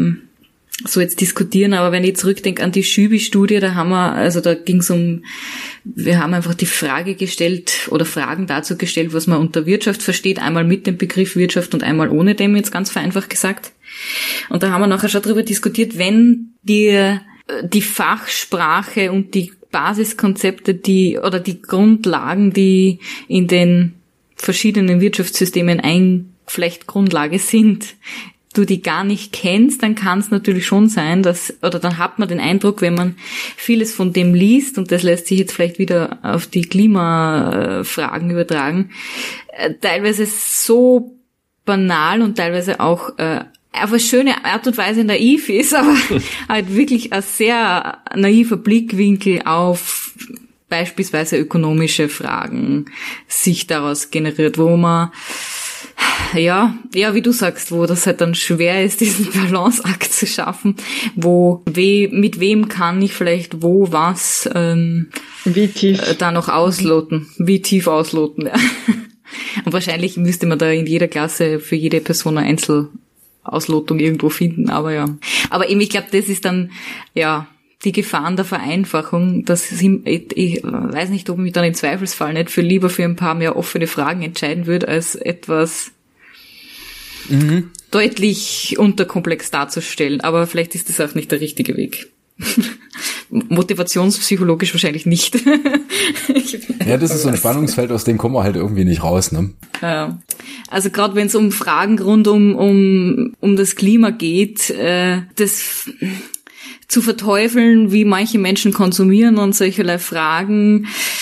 so jetzt diskutieren, aber wenn ich zurückdenke an die Schübi-Studie, da ging es wir haben einfach die Frage gestellt oder Fragen dazu gestellt, was man unter Wirtschaft versteht, einmal mit dem Begriff Wirtschaft und einmal ohne dem, jetzt ganz vereinfacht gesagt. Und da haben wir nachher schon darüber diskutiert, wenn dir die Fachsprache und die Basiskonzepte, die Grundlagen, die in den verschiedenen Wirtschaftssystemen vielleicht Grundlage sind, du die gar nicht kennst, dann kann es natürlich schon sein, dann hat man den Eindruck, wenn man vieles von dem liest, und das lässt sich jetzt vielleicht wieder auf die Klimafragen übertragen, teilweise so banal und teilweise auch auf eine schöne Art und Weise naiv ist, aber halt wirklich ein sehr naiver Blickwinkel auf beispielsweise ökonomische Fragen sich daraus generiert, wo man ja, wie du sagst, wo das halt dann schwer ist, diesen Balanceakt zu schaffen, mit wem kann ich vielleicht wo was wie tief da noch ausloten, wie tief ausloten, ja. Und wahrscheinlich müsste man da in jeder Klasse für jede Person eine Einzelauslotung irgendwo finden, aber ja. Aber eben, ich glaube, das ist dann, ja, die Gefahren der Vereinfachung, dass ich weiß nicht, ob ich mich dann im Zweifelsfall nicht lieber für ein paar mehr offene Fragen entscheiden würde, als etwas deutlich unterkomplex darzustellen. Aber vielleicht ist das auch nicht der richtige Weg. Motivationspsychologisch wahrscheinlich nicht. Ja, das ist so ein Spannungsfeld, aus dem kommen wir halt irgendwie nicht raus, ne? Ja. Also gerade wenn es um Fragen rund um das Klima geht, das zu verteufeln, wie manche Menschen konsumieren und solcherlei Fragen,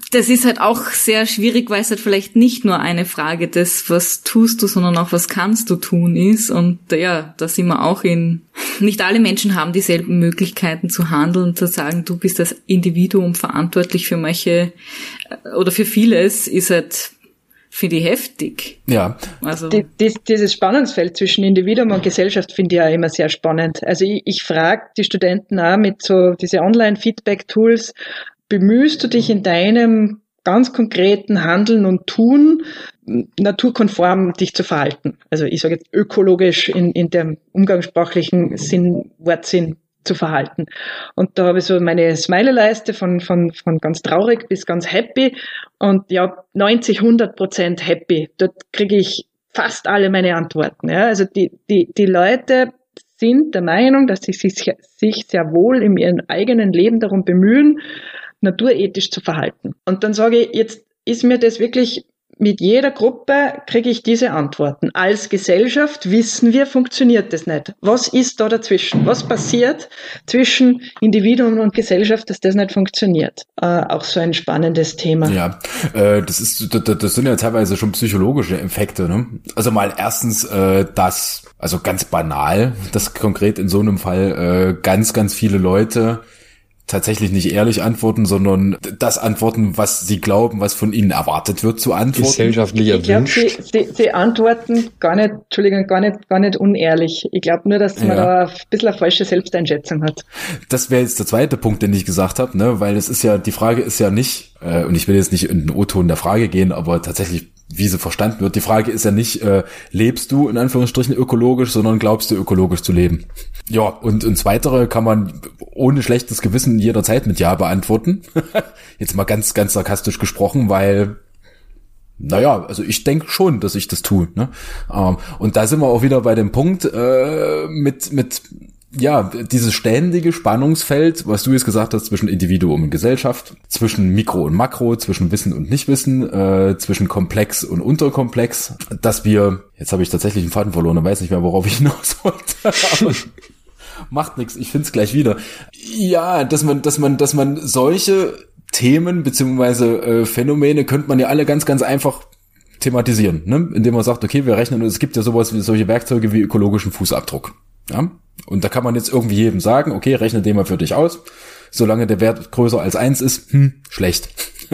das ist halt auch sehr schwierig, weil es halt vielleicht nicht nur eine Frage des, was tust du, sondern auch, was kannst du tun ist. Und ja, da sind wir auch nicht alle Menschen haben dieselben Möglichkeiten zu handeln, zu sagen, du bist das Individuum verantwortlich für manche oder für vieles, ist halt, finde ich, heftig. Ja. Also dieses Spannungsfeld zwischen Individuum und Gesellschaft finde ich ja immer sehr spannend. Also ich frage die Studenten auch mit so diese Online-Feedback-Tools, bemühst du dich in deinem ganz konkreten Handeln und Tun, naturkonform dich zu verhalten? Also ich sage jetzt ökologisch in dem umgangssprachlichen Wortsinn zu verhalten. Und da habe ich so meine Smiley-Leiste von ganz traurig bis ganz happy und ja, 90-100% happy. Dort kriege ich fast alle meine Antworten. Ja. Also die Leute sind der Meinung, dass sie sich sehr wohl in ihrem eigenen Leben darum bemühen, naturethisch zu verhalten. Und dann sage ich, jetzt ist mir das wirklich, mit jeder Gruppe kriege ich diese Antworten. Als Gesellschaft wissen wir, funktioniert das nicht. Was ist da dazwischen? Was passiert zwischen Individuum und Gesellschaft, dass das nicht funktioniert? Auch so ein spannendes Thema. Ja, das sind ja teilweise schon psychologische Effekte, ne? Also mal erstens also ganz banal, dass konkret in so einem Fall ganz, ganz viele Leute tatsächlich nicht ehrlich antworten, sondern das antworten, was sie glauben, was von ihnen erwartet wird zu antworten. Gesellschaftlich erwünscht. Ich glaube, sie antworten gar nicht unehrlich. Ich glaube nur, dass man da ein bisschen eine falsche Selbsteinschätzung hat. Das wäre jetzt der zweite Punkt, den ich gesagt habe, ne, weil es ist ja, die Frage ist ja nicht, und ich will jetzt nicht in den O-Ton der Frage gehen, aber tatsächlich, wie sie verstanden wird, die Frage ist ja nicht, lebst du in Anführungsstrichen ökologisch, sondern glaubst du ökologisch zu leben? Ja, und zweitere kann man ohne schlechtes Gewissen jederzeit mit Ja beantworten. Jetzt mal ganz, ganz sarkastisch gesprochen, weil, naja, also ich denke schon, dass ich das tue. Ne? Und da sind wir auch wieder bei dem Punkt mit dieses ständige Spannungsfeld, was du jetzt gesagt hast, zwischen Individuum und Gesellschaft, zwischen Mikro und Makro, zwischen Wissen und Nichtwissen, zwischen Komplex und Unterkomplex, dass wir, jetzt habe ich tatsächlich einen Faden verloren, weiß nicht mehr, worauf ich hinaus wollte, aber macht nichts, ich find's gleich wieder. Ja, dass man solche Themen beziehungsweise Phänomene könnte man ja alle ganz, ganz einfach thematisieren, ne? Indem man sagt, okay, wir rechnen, es gibt ja solche Werkzeuge wie ökologischen Fußabdruck. Ja? Und da kann man jetzt irgendwie jedem sagen, okay, rechne den mal für dich aus. Solange der Wert größer als 1 ist, schlecht.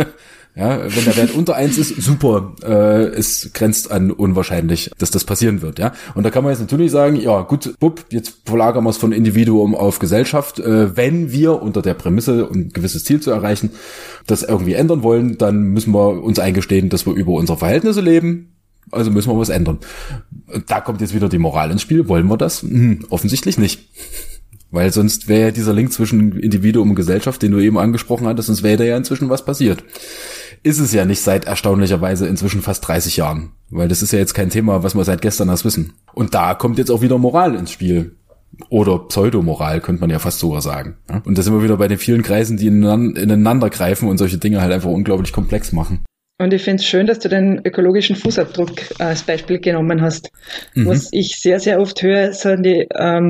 Ja, wenn der Wert unter 1 ist, super, es grenzt an unwahrscheinlich, dass das passieren wird, ja. Und da kann man jetzt natürlich sagen, ja gut, jetzt verlagern wir es von Individuum auf Gesellschaft. Wenn wir unter der Prämisse, um ein gewisses Ziel zu erreichen, das irgendwie ändern wollen, dann müssen wir uns eingestehen, dass wir über unsere Verhältnisse leben. Also müssen wir was ändern. Da kommt jetzt wieder die Moral ins Spiel. Wollen wir das? Offensichtlich nicht. Weil sonst wäre ja dieser Link zwischen Individuum und Gesellschaft, den du eben angesprochen hattest, sonst wäre da ja inzwischen was passiert. Ist es ja nicht seit erstaunlicherweise inzwischen fast 30 Jahren. Weil das ist ja jetzt kein Thema, was wir seit gestern erst wissen. Und da kommt jetzt auch wieder Moral ins Spiel. Oder Pseudomoral, könnte man ja fast sogar sagen. Und da sind wir wieder bei den vielen Kreisen, die ineinander greifen und solche Dinge halt einfach unglaublich komplex machen. Und ich finde es schön, dass du den ökologischen Fußabdruck als Beispiel genommen hast. Was ich sehr, sehr oft höre, sind die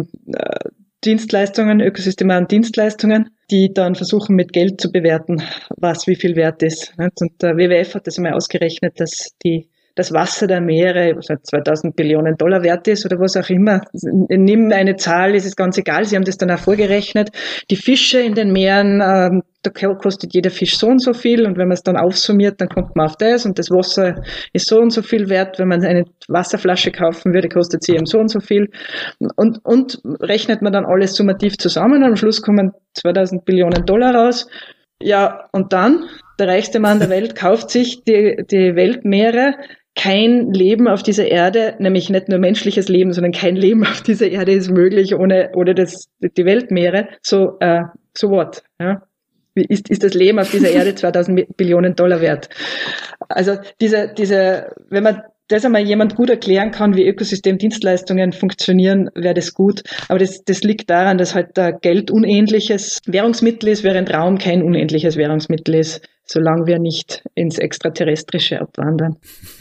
Dienstleistungen, Ökosysteme an Dienstleistungen, die dann versuchen mit Geld zu bewerten, was wie viel wert ist. Und der WWF hat das einmal ausgerechnet, dass das Wasser der Meere 2000 Billionen Dollar wert ist oder was auch immer. Nimm eine Zahl, ist es ganz egal. Sie haben das dann auch vorgerechnet. Die Fische in den Meeren, da kostet jeder Fisch so und so viel und wenn man es dann aufsummiert, dann kommt man auf das und das Wasser ist so und so viel wert. Wenn man eine Wasserflasche kaufen würde, kostet sie eben so und so viel. Und rechnet man dann alles summativ zusammen und am Schluss kommen 2000 Billionen Dollar raus. Ja, und dann, der reichste Mann der Welt kauft sich die Weltmeere. Kein Leben auf dieser Erde, nämlich nicht nur menschliches Leben, sondern kein Leben auf dieser Erde ist möglich ohne die Weltmeere. So what? Ja? Ist das Leben auf dieser Erde 2000 Billionen Dollar wert? Also wenn man das einmal jemand gut erklären kann, wie Ökosystemdienstleistungen funktionieren, wäre das gut. Aber das liegt daran, dass halt Geld unendliches Währungsmittel ist, während Raum kein unendliches Währungsmittel ist, solange wir nicht ins Extraterrestrische abwandern.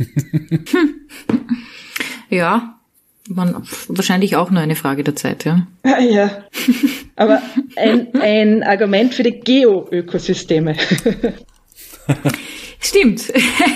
Ja, wahrscheinlich auch nur eine Frage der Zeit, ja. Ja, aber ein Argument für die Geoökosysteme. Stimmt.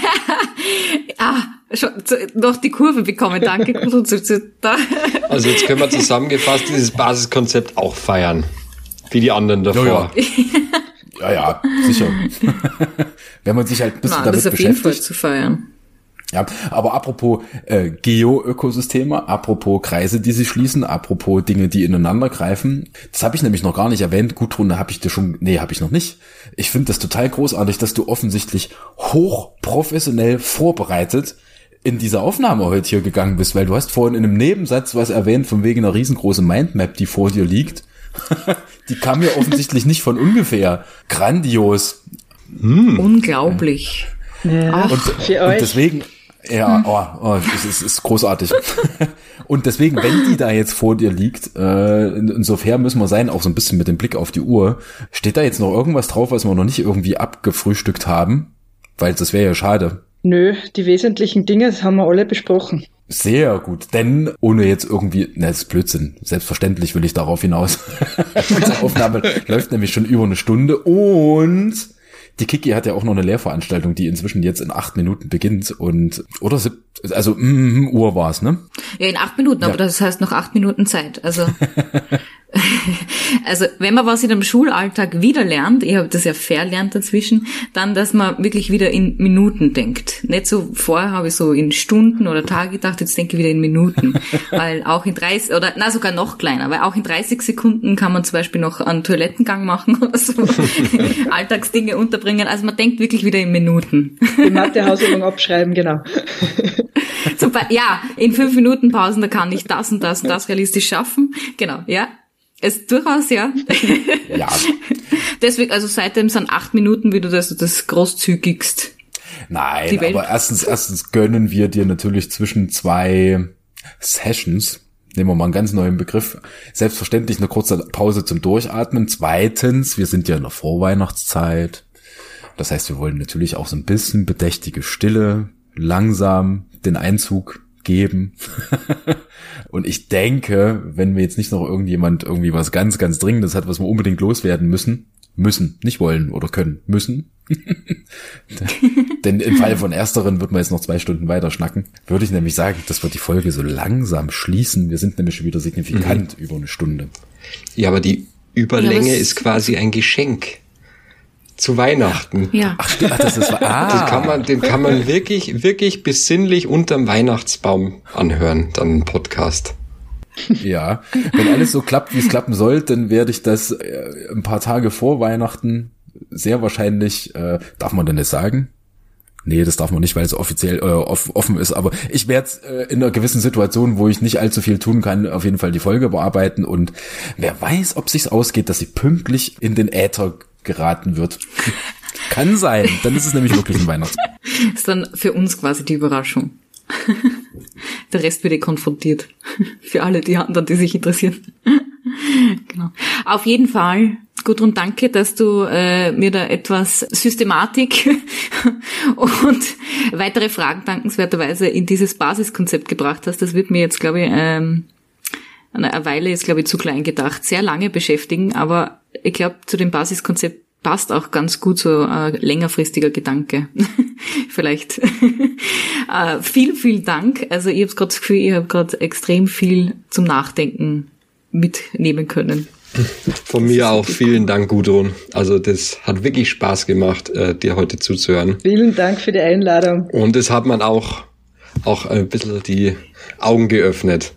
Schon noch die Kurve bekommen, danke. Also jetzt können wir zusammengefasst dieses Basiskonzept auch feiern, wie die anderen davor. Ja, sicher. Wenn man sich halt ein bisschen damit das auf jeden Fall zu feiern. Ja, aber apropos Geo-Ökosysteme, apropos Kreise, die sich schließen, apropos Dinge, die ineinander greifen, das habe ich nämlich noch gar nicht erwähnt. Gudrun, habe ich noch nicht. Ich finde das total großartig, dass du offensichtlich hochprofessionell vorbereitet in diese Aufnahme heute hier gegangen bist, weil du hast vorhin in einem Nebensatz was erwähnt, von wegen einer riesengroßen Mindmap, die vor dir liegt. Die kam mir offensichtlich nicht von ungefähr. Grandios. Unglaublich. Ja, und deswegen, es ist großartig. Und deswegen, wenn die da jetzt vor dir liegt, insofern müssen wir sein, auch so ein bisschen mit dem Blick auf die Uhr, steht da jetzt noch irgendwas drauf, was wir noch nicht irgendwie abgefrühstückt haben? Weil das wäre ja schade. Nö, die wesentlichen Dinge haben wir alle besprochen. Sehr gut, denn ohne jetzt irgendwie, das ist Blödsinn, selbstverständlich will ich darauf hinaus. Unsere Aufnahme läuft nämlich schon über eine Stunde und die Kiki hat ja auch noch eine Lehrveranstaltung, die inzwischen jetzt in 8 Minuten beginnt und, Uhr war's, ne? Ja, in 8 Minuten, aber das heißt noch 8 Minuten Zeit, also wenn man was in einem Schulalltag wieder lernt, ich habe das ja verlernt dazwischen, dann, dass man wirklich wieder in Minuten denkt. Nicht so, vorher habe ich so in Stunden oder Tage gedacht, jetzt denke ich wieder in Minuten. Weil auch in 30, sogar noch kleiner, weil auch in 30 Sekunden kann man zum Beispiel noch einen Toilettengang machen oder so, Alltagsdinge unterbringen. Also man denkt wirklich wieder in Minuten. Die Mathe-Hausübung abschreiben, genau. In 5 Minuten Pausen, da kann ich das und das und das realistisch schaffen. Genau, ja. Es durchaus, ja. Ja. Deswegen, also seitdem sind 8 Minuten wieder das großzügigst. Nein, aber erstens gönnen wir dir natürlich zwischen 2 Sessions, nehmen wir mal einen ganz neuen Begriff, selbstverständlich eine kurze Pause zum Durchatmen. Zweitens, wir sind ja in der Vorweihnachtszeit. Das heißt, wir wollen natürlich auch so ein bisschen bedächtige Stille, langsam den Einzug geben. Und ich denke, wenn wir jetzt nicht noch irgendjemand irgendwie was ganz, ganz Dringendes hat, was wir unbedingt loswerden müssen, nicht wollen oder können, müssen. Denn im Fall von Ersteren wird man jetzt noch 2 Stunden weiter schnacken. Würde ich nämlich sagen, dass wir die Folge so langsam schließen. Wir sind nämlich schon wieder signifikant über eine Stunde. Ja, aber die Überlänge ist quasi ein Geschenk. Zu Weihnachten. Ja. Den kann man wirklich, wirklich besinnlich unterm Weihnachtsbaum anhören, dann einen Podcast. Ja, wenn alles so klappt, wie es klappen soll, dann werde ich das ein paar Tage vor Weihnachten sehr wahrscheinlich, darf man denn das sagen? Nee, das darf man nicht, weil es offiziell offen ist, aber ich werde in einer gewissen Situation, wo ich nicht allzu viel tun kann, auf jeden Fall die Folge bearbeiten und wer weiß, ob sich's ausgeht, dass sie pünktlich in den Äther geraten wird. Kann sein, dann ist es nämlich wirklich ein Weihnachtsbaum. Ist dann für uns quasi die Überraschung. Der Rest wird konfrontiert. Für alle die anderen, die sich interessieren. Genau. Auf jeden Fall, Gudrun, danke, dass du mir da etwas Systematik und weitere Fragen dankenswerterweise in dieses Basiskonzept gebracht hast. Das wird mir jetzt, glaube ich, eine Weile ist, glaube ich, zu klein gedacht, sehr lange beschäftigen, aber ich glaube, zu dem Basiskonzept passt auch ganz gut so ein längerfristiger Gedanke. Vielleicht. Vielen Dank. Also ich habe gerade das Gefühl, ich habe gerade extrem viel zum Nachdenken mitnehmen können. Von mir auch vielen Dank, Gudrun. Also das hat wirklich Spaß gemacht, dir heute zuzuhören. Vielen Dank für die Einladung. Und es hat man auch ein bisschen die Augen geöffnet.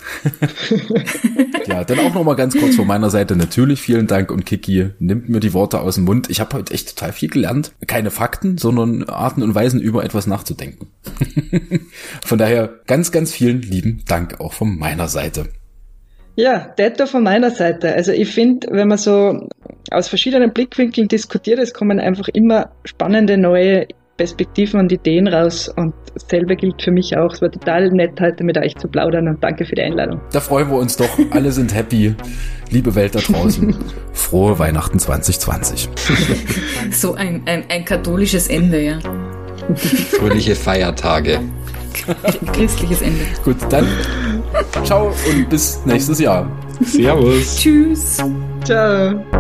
Ja, dann auch nochmal ganz kurz von meiner Seite natürlich vielen Dank und Kiki nimmt mir die Worte aus dem Mund. Ich habe heute echt total viel gelernt. Keine Fakten, sondern Arten und Weisen über etwas nachzudenken. Von daher ganz, ganz vielen lieben Dank auch von meiner Seite. Ja, detto von meiner Seite. Also ich finde, wenn man so aus verschiedenen Blickwinkeln diskutiert, es kommen einfach immer spannende neue Perspektiven und Ideen raus und dasselbe gilt für mich auch. Es war total nett, heute mit euch zu plaudern und danke für die Einladung. Da freuen wir uns doch. Alle sind happy. Liebe Welt da draußen. Frohe Weihnachten 2020. So ein katholisches Ende, ja. Fröhliche Feiertage. Christliches Ende. Gut, dann ciao und bis nächstes Jahr. Servus. Tschüss. Ciao.